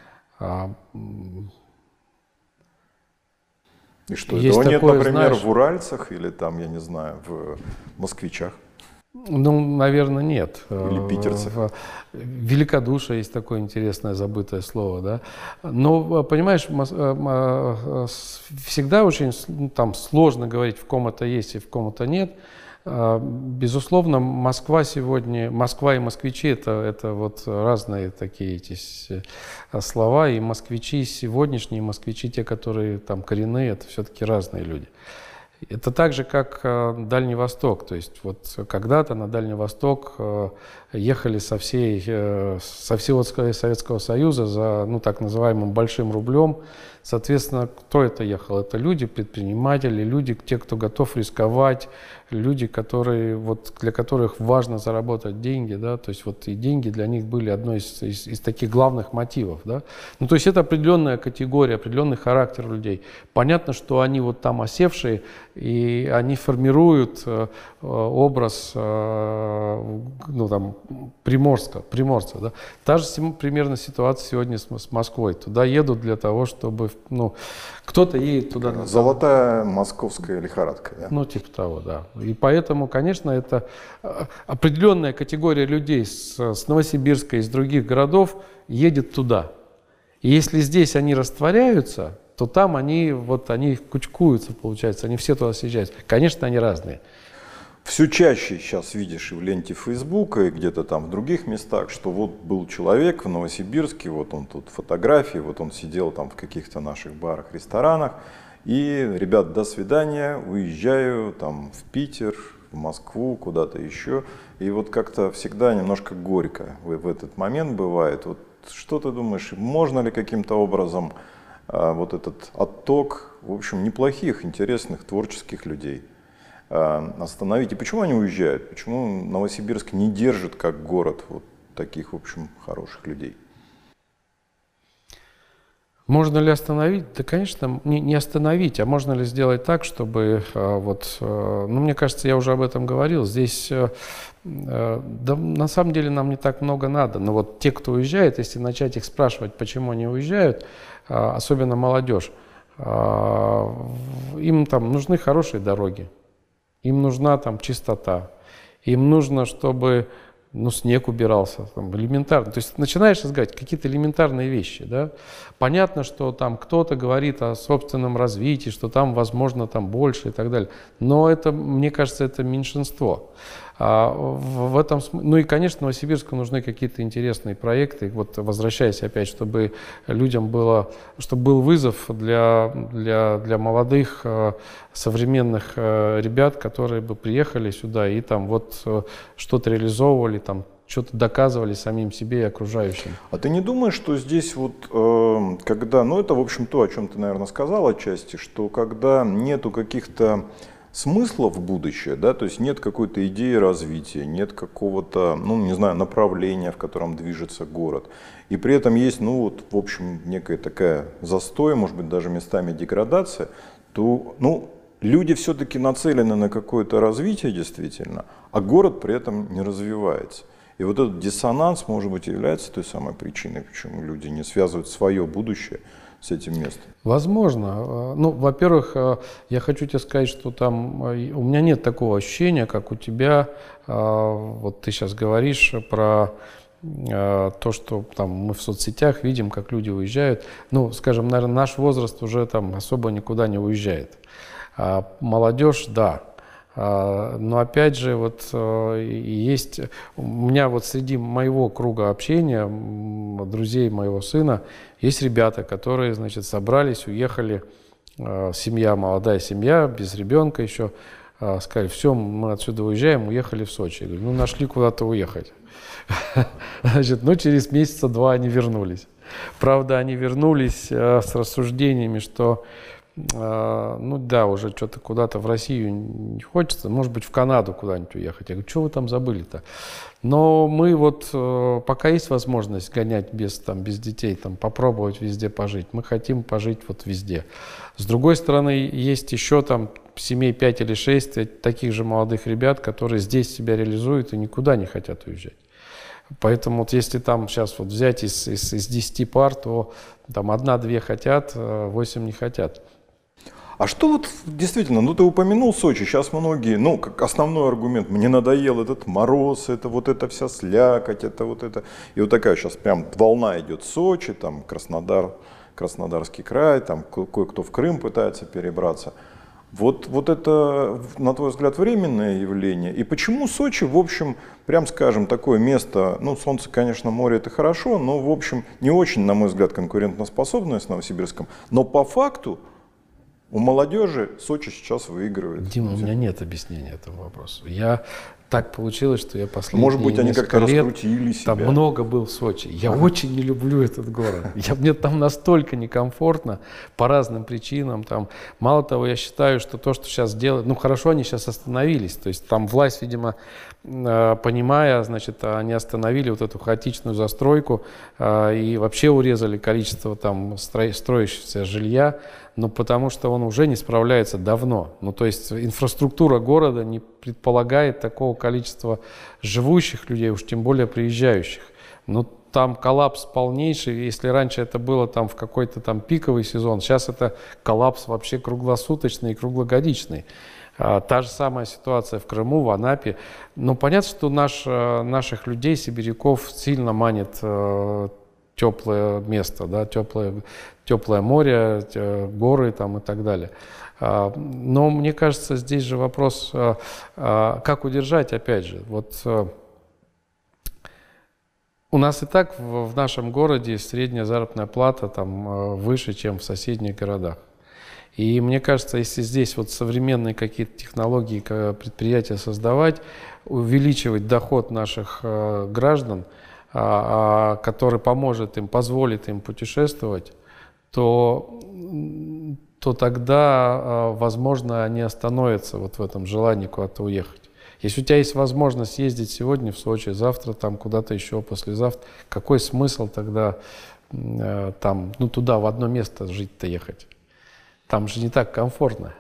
И что, этого нет, например, в уральцах или там, я не знаю, в москвичах? Ну, наверное, нет. Или питерцев. Великодушие есть такое интересное, забытое слово, да. Но, понимаешь, всегда очень там сложно говорить, в ком это есть и в ком это нет. Безусловно, Москва сегодня, Москва и москвичи — это вот разные такие эти слова. И москвичи сегодняшние, и москвичи, те, которые там коренные, это все-таки разные люди. Это так же, как Дальний Восток. То есть вот когда-то на Дальний Восток ехали со всего Советского Союза за, ну, так называемым большим рублем. Соответственно, кто это ехал? Это люди, предприниматели, люди, те, кто готов рисковать, люди, которые, вот, для которых важно заработать деньги, да, то есть вот и деньги для них были одной из таких главных мотивов, да. Ну, то есть это определенная категория, определенный характер людей. Понятно, что они вот там осевшие, и они формируют образ, ну, там, приморца, да. Та же примерно ситуация сегодня с Москвой. Туда едут для того, чтобы, ну, кто-то едет туда. Золотая московская лихорадка, да? Ну, типа того, да. И поэтому, конечно, это определенная категория людей с Новосибирска, из других городов едет туда. И если здесь они растворяются, то там они кучкуются, получается, они все туда съезжают. Конечно, они разные. Все чаще сейчас видишь и в ленте Фейсбука, и где-то там в других местах, что вот был человек в Новосибирске, вот он тут фотографии, вот он сидел там в каких-то наших барах, ресторанах, и, ребят, до свидания, уезжаю там в Питер, в Москву, куда-то еще. И вот как-то всегда немножко горько в этот момент бывает. Вот что ты думаешь, можно ли каким-то образом вот этот отток, в общем, неплохих, интересных, творческих людей остановить? И почему они уезжают? Почему Новосибирск не держит как город вот таких, в общем, хороших людей? Можно ли остановить? Да, конечно, не остановить, а можно ли сделать так, чтобы ну, мне кажется, я уже об этом говорил, здесь, да, на самом деле нам не так много надо, но вот те, кто уезжает, если начать их спрашивать, почему они уезжают, особенно молодежь, им там нужны хорошие дороги, им нужна там чистота, им нужно, чтобы, ну, снег убирался, там, элементарно. То есть начинаешь искать какие-то элементарные вещи, да. Понятно, что там кто-то говорит о собственном развитии, что там, возможно, там больше и так далее. Но это, мне кажется, это меньшинство. В этом, ну и, конечно, Новосибирску нужны какие-то интересные проекты. Вот, возвращаясь опять, чтобы людям было, чтобы был вызов для молодых современных ребят, которые бы приехали сюда и там вот что-то реализовывали, там что-то доказывали самим себе и окружающим. А ты не думаешь, что здесь вот, когда, ну это в общем то, о чем ты, наверное, сказал отчасти, что когда нету каких-то смыслов в будущее, да, то есть нет какой-то идеи развития, нет какого-то, ну не знаю, направления, в котором движется город, и при этом есть, ну вот, в общем, некая такая застой, может быть, даже местами деградация, то, ну, люди все-таки нацелены на какое-то развитие действительно, а город при этом не развивается. И вот этот диссонанс, может быть, является той самой причиной, почему люди не связывают свое будущее с этим местом. Возможно. Ну, во-первых, я хочу тебе сказать, что там у меня нет такого ощущения, как у тебя. Вот ты сейчас говоришь про то, что там мы в соцсетях видим, как люди уезжают. Ну, скажем, наверное, наш возраст уже там особо никуда не уезжает. А молодежь, да. Но опять же, вот есть у меня вот среди моего круга общения, друзей моего сына, есть ребята, которые, значит, собрались, уехали, семья, молодая семья, без ребенка еще, сказали, все, мы отсюда уезжаем, уехали в Сочи. Я говорю, ну, нашли куда-то уехать. Значит, ну, через месяца два они вернулись. Правда, они вернулись с рассуждениями, что ну да, уже что-то куда-то в Россию не хочется, может быть, в Канаду куда-нибудь уехать. Я говорю, что вы там забыли-то? Но мы вот, пока есть возможность гонять без детей, там, попробовать везде пожить, мы хотим пожить вот везде. С другой стороны, есть еще там семей 5 или 6 таких же молодых ребят, которые здесь себя реализуют и никуда не хотят уезжать. Поэтому вот если там сейчас вот взять из 10 пар, то там 1-2 хотят, 8 не хотят. А что вот действительно, ну ты упомянул Сочи, сейчас многие, ну как основной аргумент, мне надоел этот мороз, это вот эта вся слякоть, это вот это. И вот такая сейчас прям волна идет Сочи, там Краснодар, Краснодарский край, там кое-кто в Крым пытается перебраться. Вот это, на твой взгляд, временное явление? И почему Сочи, в общем, прям скажем, такое место, ну солнце, конечно, море это хорошо, но в общем не очень, на мой взгляд, конкурентоспособное с Новосибирском, но по факту у молодежи Сочи сейчас выигрывает. Дима, у меня нет объяснения этому вопросу. Так получилось, что я последние Может быть, они как-то лет раскрутили себя. Там много был в Сочи. Я очень не люблю этот город. Мне там настолько некомфортно по разным причинам. Там, мало того, я считаю, что то, что сейчас делают, ну хорошо, они сейчас остановились. То есть там власть, видимо, понимая, значит, они остановили вот эту хаотичную застройку и вообще урезали количество там строящегося жилья. Но потому что он уже не справляется давно. Ну, то есть инфраструктура города не предполагает такого количества живущих людей, уж тем более приезжающих. Но там коллапс полнейший. Если раньше это было там в какой-то там пиковый сезон, сейчас это коллапс вообще круглосуточный и круглогодичный. Та же самая ситуация в Крыму, в Анапе. Но понятно, что наших людей, сибиряков, сильно манит теплое место, да, теплое море, горы там и так далее. Но мне кажется, здесь же вопрос, как удержать, опять же. Вот у нас и так в нашем городе средняя заработная плата там выше, чем в соседних городах. И мне кажется, если здесь вот современные какие-то технологии, предприятия создавать, увеличивать доход наших граждан, который поможет им, позволит им путешествовать, то тогда, возможно, они остановятся вот в этом желании куда-то уехать. Если у тебя есть возможность ездить сегодня в Сочи, завтра там куда-то еще, послезавтра, какой смысл тогда там, ну туда, в одно место жить-то ехать? Там же не так комфортно.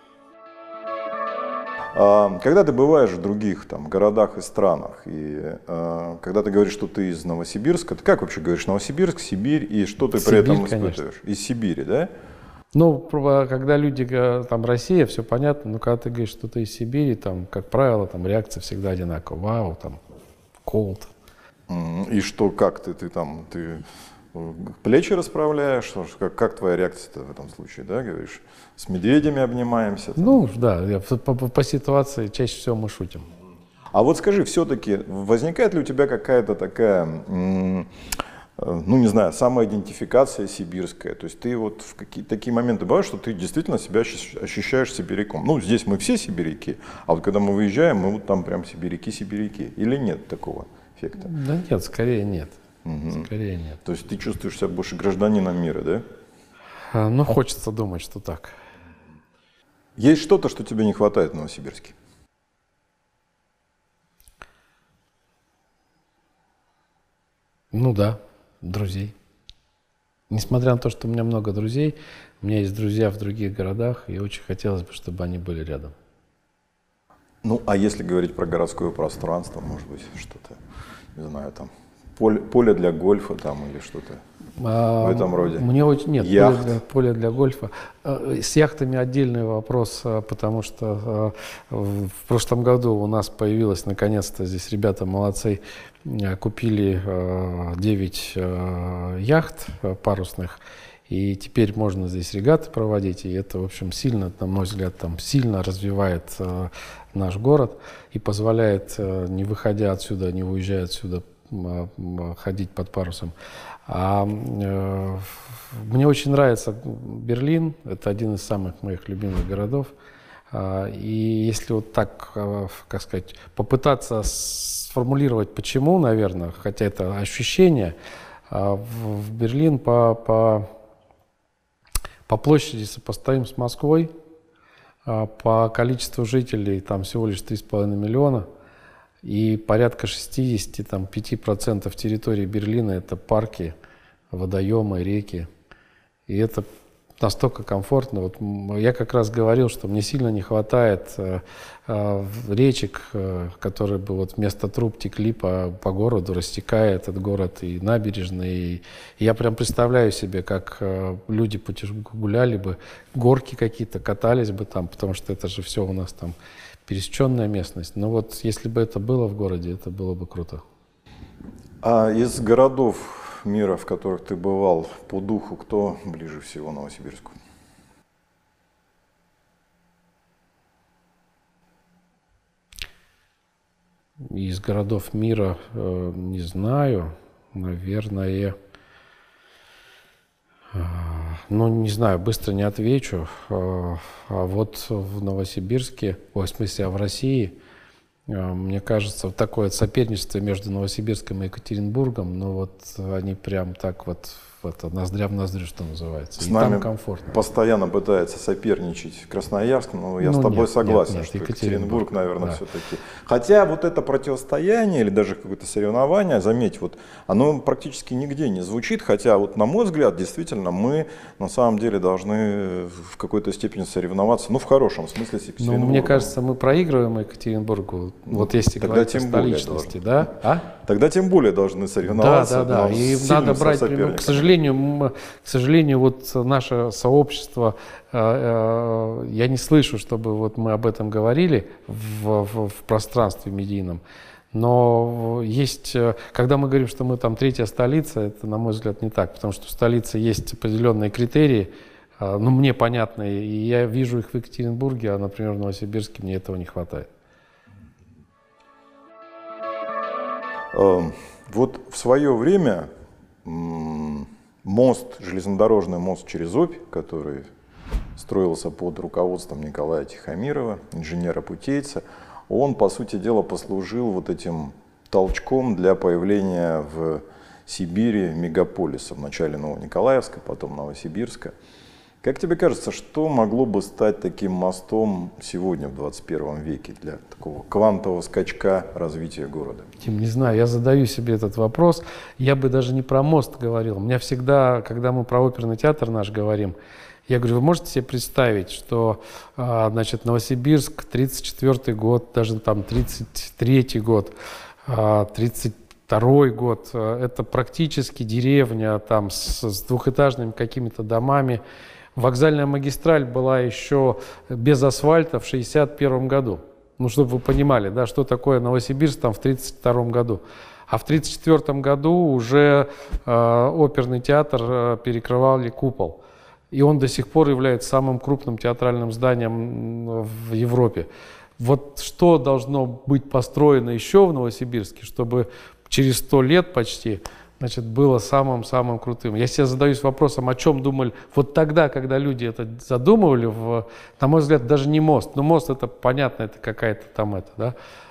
Когда ты бываешь в других там, городах и странах, и когда ты говоришь, что ты из Новосибирска, ты как вообще говоришь Новосибирск, Сибирь, и что ты при этом испытываешь? Конечно. Из Сибири, да? Ну, когда люди говорят, там, Россия, все понятно, но когда ты говоришь, что ты из Сибири, там, как правило, там реакция всегда одинаковая. Вау, там, cold. И что, как ты плечи расправляешь? Как твоя реакция в этом случае, да, говоришь? С медведями обнимаемся? Там. Ну, да, по ситуации чаще всего мы шутим. А вот скажи, все-таки возникает ли у тебя какая-то такая, ну не знаю, самоидентификация сибирская? То есть ты вот в какие-то такие моменты бывают, что ты действительно себя ощущаешь сибиряком? Ну, здесь мы все сибиряки, а вот когда мы выезжаем, мы вот там прям сибиряки. Или нет такого эффекта? Да нет, скорее нет. Мгм. Скорее нет. То есть ты чувствуешь себя больше гражданином мира, да? Ну, хочется думать, что так. Есть что-то, что тебе не хватает в Новосибирске? Ну да, друзей. Несмотря на то, что у меня много друзей, у меня есть друзья в других городах, и очень хотелось бы, чтобы они были рядом. Ну, а если говорить про городское пространство, может быть, что-то, не знаю, там, поле для гольфа там или что-то в этом роде? Мне очень нет, Яхт. поле для гольфа. С яхтами отдельный вопрос, потому что в прошлом году у нас появилась, наконец-то, здесь ребята молодцы, купили 9 яхт парусных, и теперь можно здесь регаты проводить, и это, в общем, сильно, на мой взгляд, там сильно развивает наш город и позволяет, не выходя отсюда, не уезжая отсюда, ходить под парусом. Мне очень нравится Берлин, это один из самых моих любимых городов. И если вот так, как сказать, попытаться сформулировать, почему, наверное, хотя это ощущение, в Берлин по площади сопоставим с Москвой, по количеству жителей там всего лишь 3,5 миллиона, и порядка 65% территории Берлина это парки, водоемы, реки. И это настолько комфортно. Вот я как раз говорил, что мне сильно не хватает речек, которые бы вот вместо труб текли по городу, растекая этот город и набережные. И я прям представляю себе, как люди гуляли бы, горки какие-то, катались бы там, потому что это же все у нас там пересеченная местность. Но вот если бы это было в городе, это было бы круто. А из городов мира, в которых ты бывал, по духу, кто ближе всего Новосибирску? Из городов мира не знаю, наверное, ну, не знаю, быстро не отвечу. А вот в Новосибирске, в смысле, в России, мне кажется, вот такое соперничество между Новосибирском и Екатеринбургом, ну вот они прям так вот ноздря в ноздрю, что называется. С И нами там комфортно. постоянно пытается соперничать Красноярск, но я Ну, с тобой нет, согласен, нет, что Екатеринбург, Екатеринбург, наверное, да. все-таки. Хотя вот это противостояние или даже какое-то соревнование, заметь, вот оно практически нигде не звучит, хотя вот на мой взгляд, действительно, мы на самом деле должны в какой-то степени соревноваться, ну в хорошем смысле с Но Екатеринбургом. мне кажется, мы проигрываем Екатеринбургу, вот если тогда говорить о тем более столичности, да? А? Тогда тем более должны соревноваться. Да. но И с надо сильным брать, соперником. к сожалению, вот наше сообщество, я не слышу, чтобы вот мы об этом говорили в пространстве медийном. Но есть, когда мы говорим, что мы там третья столица, это, на мой взгляд, не так, потому что в столице есть определенные критерии, ну, мне понятные, и я вижу их в Екатеринбурге, а, например, в Новосибирске мне этого не хватает. Вот в свое время железнодорожный мост через Обь, который строился под руководством Николая Тихомирова, инженера-путейца, он, по сути дела, послужил вот этим толчком для появления в Сибири мегаполиса, вначале Новониколаевска, потом Новосибирска. Как тебе кажется, что могло бы стать таким мостом сегодня, в 21 веке, для такого квантового скачка развития города? Тим, не знаю, я задаю себе этот вопрос. Я бы даже не про мост говорил. У меня всегда, когда мы про оперный театр наш говорим, я говорю, вы можете себе представить, что, значит, Новосибирск, 34-й год, даже там 33-й год, 32-й год, это практически деревня там с двухэтажными какими-то домами. Вокзальная магистраль была еще без асфальта в 1961 году. Ну, чтобы вы понимали, да, что такое Новосибирск там в 1932 году. А в 1934 году уже оперный театр перекрывали купол. И он до сих пор является самым крупным театральным зданием в Европе. Вот что должно быть построено еще в Новосибирске, чтобы через 100 лет почти, значит, было самым-самым крутым. Я себе задаюсь вопросом, о чем думали вот тогда, когда люди это задумывали, на мой взгляд, даже не мост. Но мост, это понятно, это какая-то там это, да.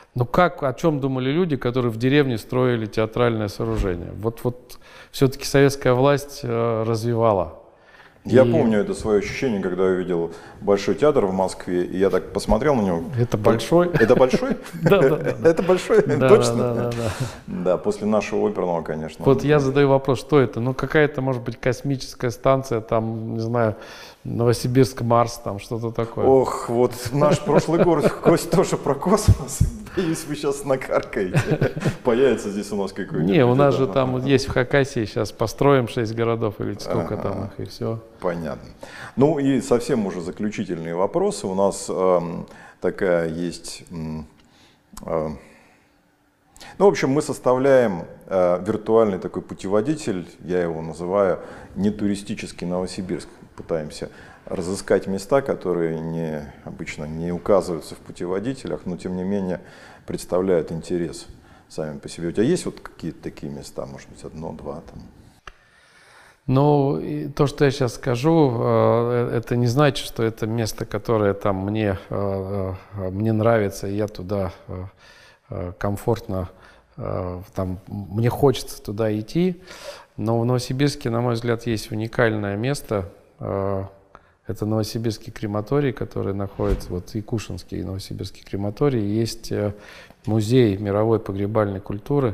Ну как, о чем думали люди, которые в деревне строили театральное сооружение? Вот все-таки советская власть развивала. Я помню это свое ощущение, когда я увидел Большой театр в Москве, и я так посмотрел на него. Это большой? Это большой? Да. Это большой? Да, Точно? да. Да, после нашего оперного, конечно. Вот я задаю вопрос, что это? Ну какая-то, может быть, космическая станция, там, не знаю, Новосибирск, Марс, там что-то такое. Ох, вот наш прошлый гость тоже про космос. Боюсь, вы сейчас накаркаете. Появится здесь у нас какой-нибудь. Не, у нас же там вот есть в Хакасии, сейчас построим 6 городов или сколько там их, и все. Понятно. Ну и совсем уже заключительные вопросы. У нас такая есть... ну, в общем, мы составляем виртуальный такой путеводитель, я его называю нетуристический Новосибирск. Пытаемся разыскать места, которые обычно не указываются в путеводителях, но тем не менее представляют интерес сами по себе. У тебя есть вот какие-то такие места, может быть, одно, два там? Ну, то, что я сейчас скажу, это не значит, что это место, которое там мне нравится, и я туда комфортно, там, мне хочется туда идти. Но в Новосибирске, на мой взгляд, есть уникальное место. Это Новосибирский крематорий, который находится, вот Якушинский Новосибирский крематорий. Есть музей мировой погребальной культуры.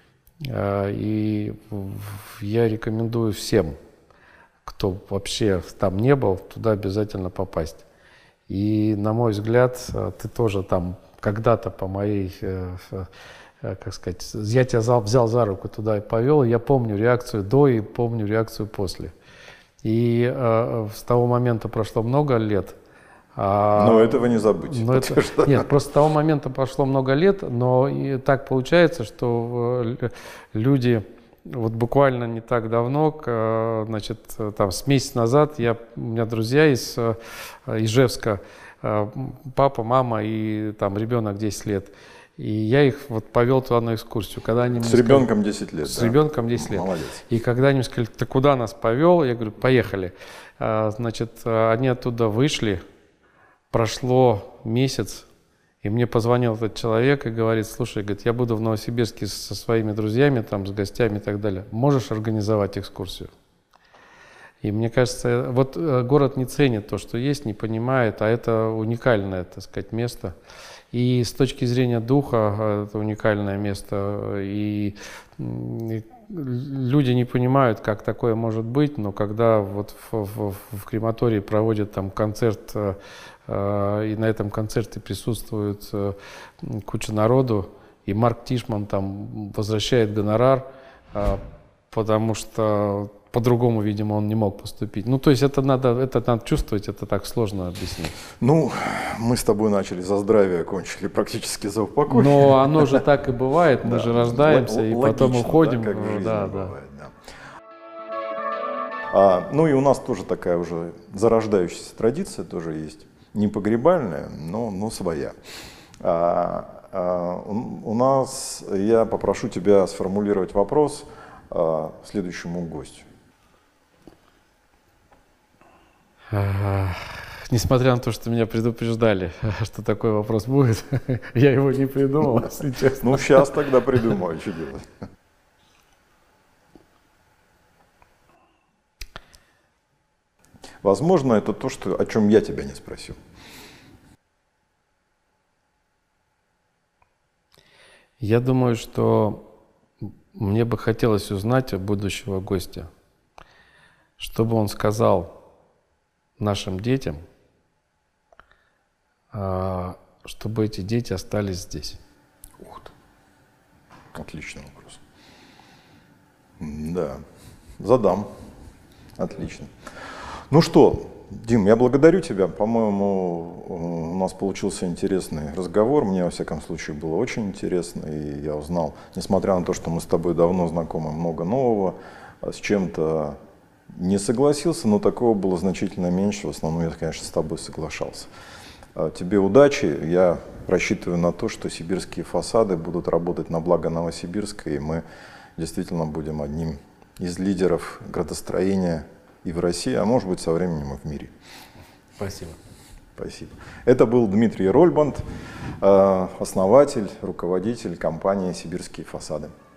И я рекомендую всем, кто вообще там не был, туда обязательно попасть. И, на мой взгляд, ты тоже там когда-то по моей, как сказать, я тебя взял за руку туда и повел. Я помню реакцию до и помню реакцию после. И с того момента прошло много лет. Но этого не забудьте. Нет, просто с того момента прошло много лет, но и так получается, что люди, вот буквально не так давно, значит, там с месяц назад, у меня друзья из Ижевска, папа, мама и там ребенок 10 лет. И я их вот повел туда на экскурсию. Когда они с ребенком 10 лет. С ребенком 10 лет. Молодец. И когда они мне сказали, ты куда нас повел? Я говорю, поехали. Значит, они оттуда вышли, прошло месяц, и мне позвонил этот человек и говорит, слушай, говорит, я буду в Новосибирске со своими друзьями, там, с гостями и так далее. Можешь организовать экскурсию? И мне кажется, вот город не ценит то, что есть, не понимает, а это уникальное, так сказать, место. И с точки зрения духа это уникальное место. И люди не понимают, как такое может быть, но когда вот в крематории проводят там концерт, и на этом концерте присутствует куча народу, и Марк Тишман там возвращает гонорар, потому что по-другому, видимо, он не мог поступить. Ну, то есть это надо чувствовать, это так сложно объяснить. Ну, мы с тобой начали за здравие, кончили практически за упокой. Но оно же так и бывает, мы же рождаемся и потом уходим. Да, как в жизни да. бывает, да. Ну и у нас тоже такая уже зарождающаяся традиция тоже есть. Не погребальная, но своя. У нас, я попрошу тебя сформулировать вопрос следующему гостю. Несмотря на то, что меня предупреждали, что такой вопрос будет, я его не придумал, если честно. Ну, сейчас тогда придумаю, что делать. Возможно, это то, о чем я тебя не спросил. Я думаю, что мне бы хотелось узнать от будущего гостя, чтобы он сказал нашим детям, чтобы эти дети остались здесь. Ух ты. Отличный вопрос. Да, задам. Отлично. Ну что, Дим, я благодарю тебя. По-моему, у нас получился интересный разговор. Мне, во всяком случае, было очень интересно. И я узнал, несмотря на то, что мы с тобой давно знакомы, много нового. С чем-то не согласился, но такого было значительно меньше. В основном я, конечно, с тобой соглашался. Тебе удачи. Я рассчитываю на то, что сибирские фасады будут работать на благо Новосибирска, и мы действительно будем одним из лидеров градостроения и в России, а может быть со временем и в мире. Спасибо. Спасибо. Это был Дмитрий Рольбанд, основатель, руководитель компании «Сибирские фасады».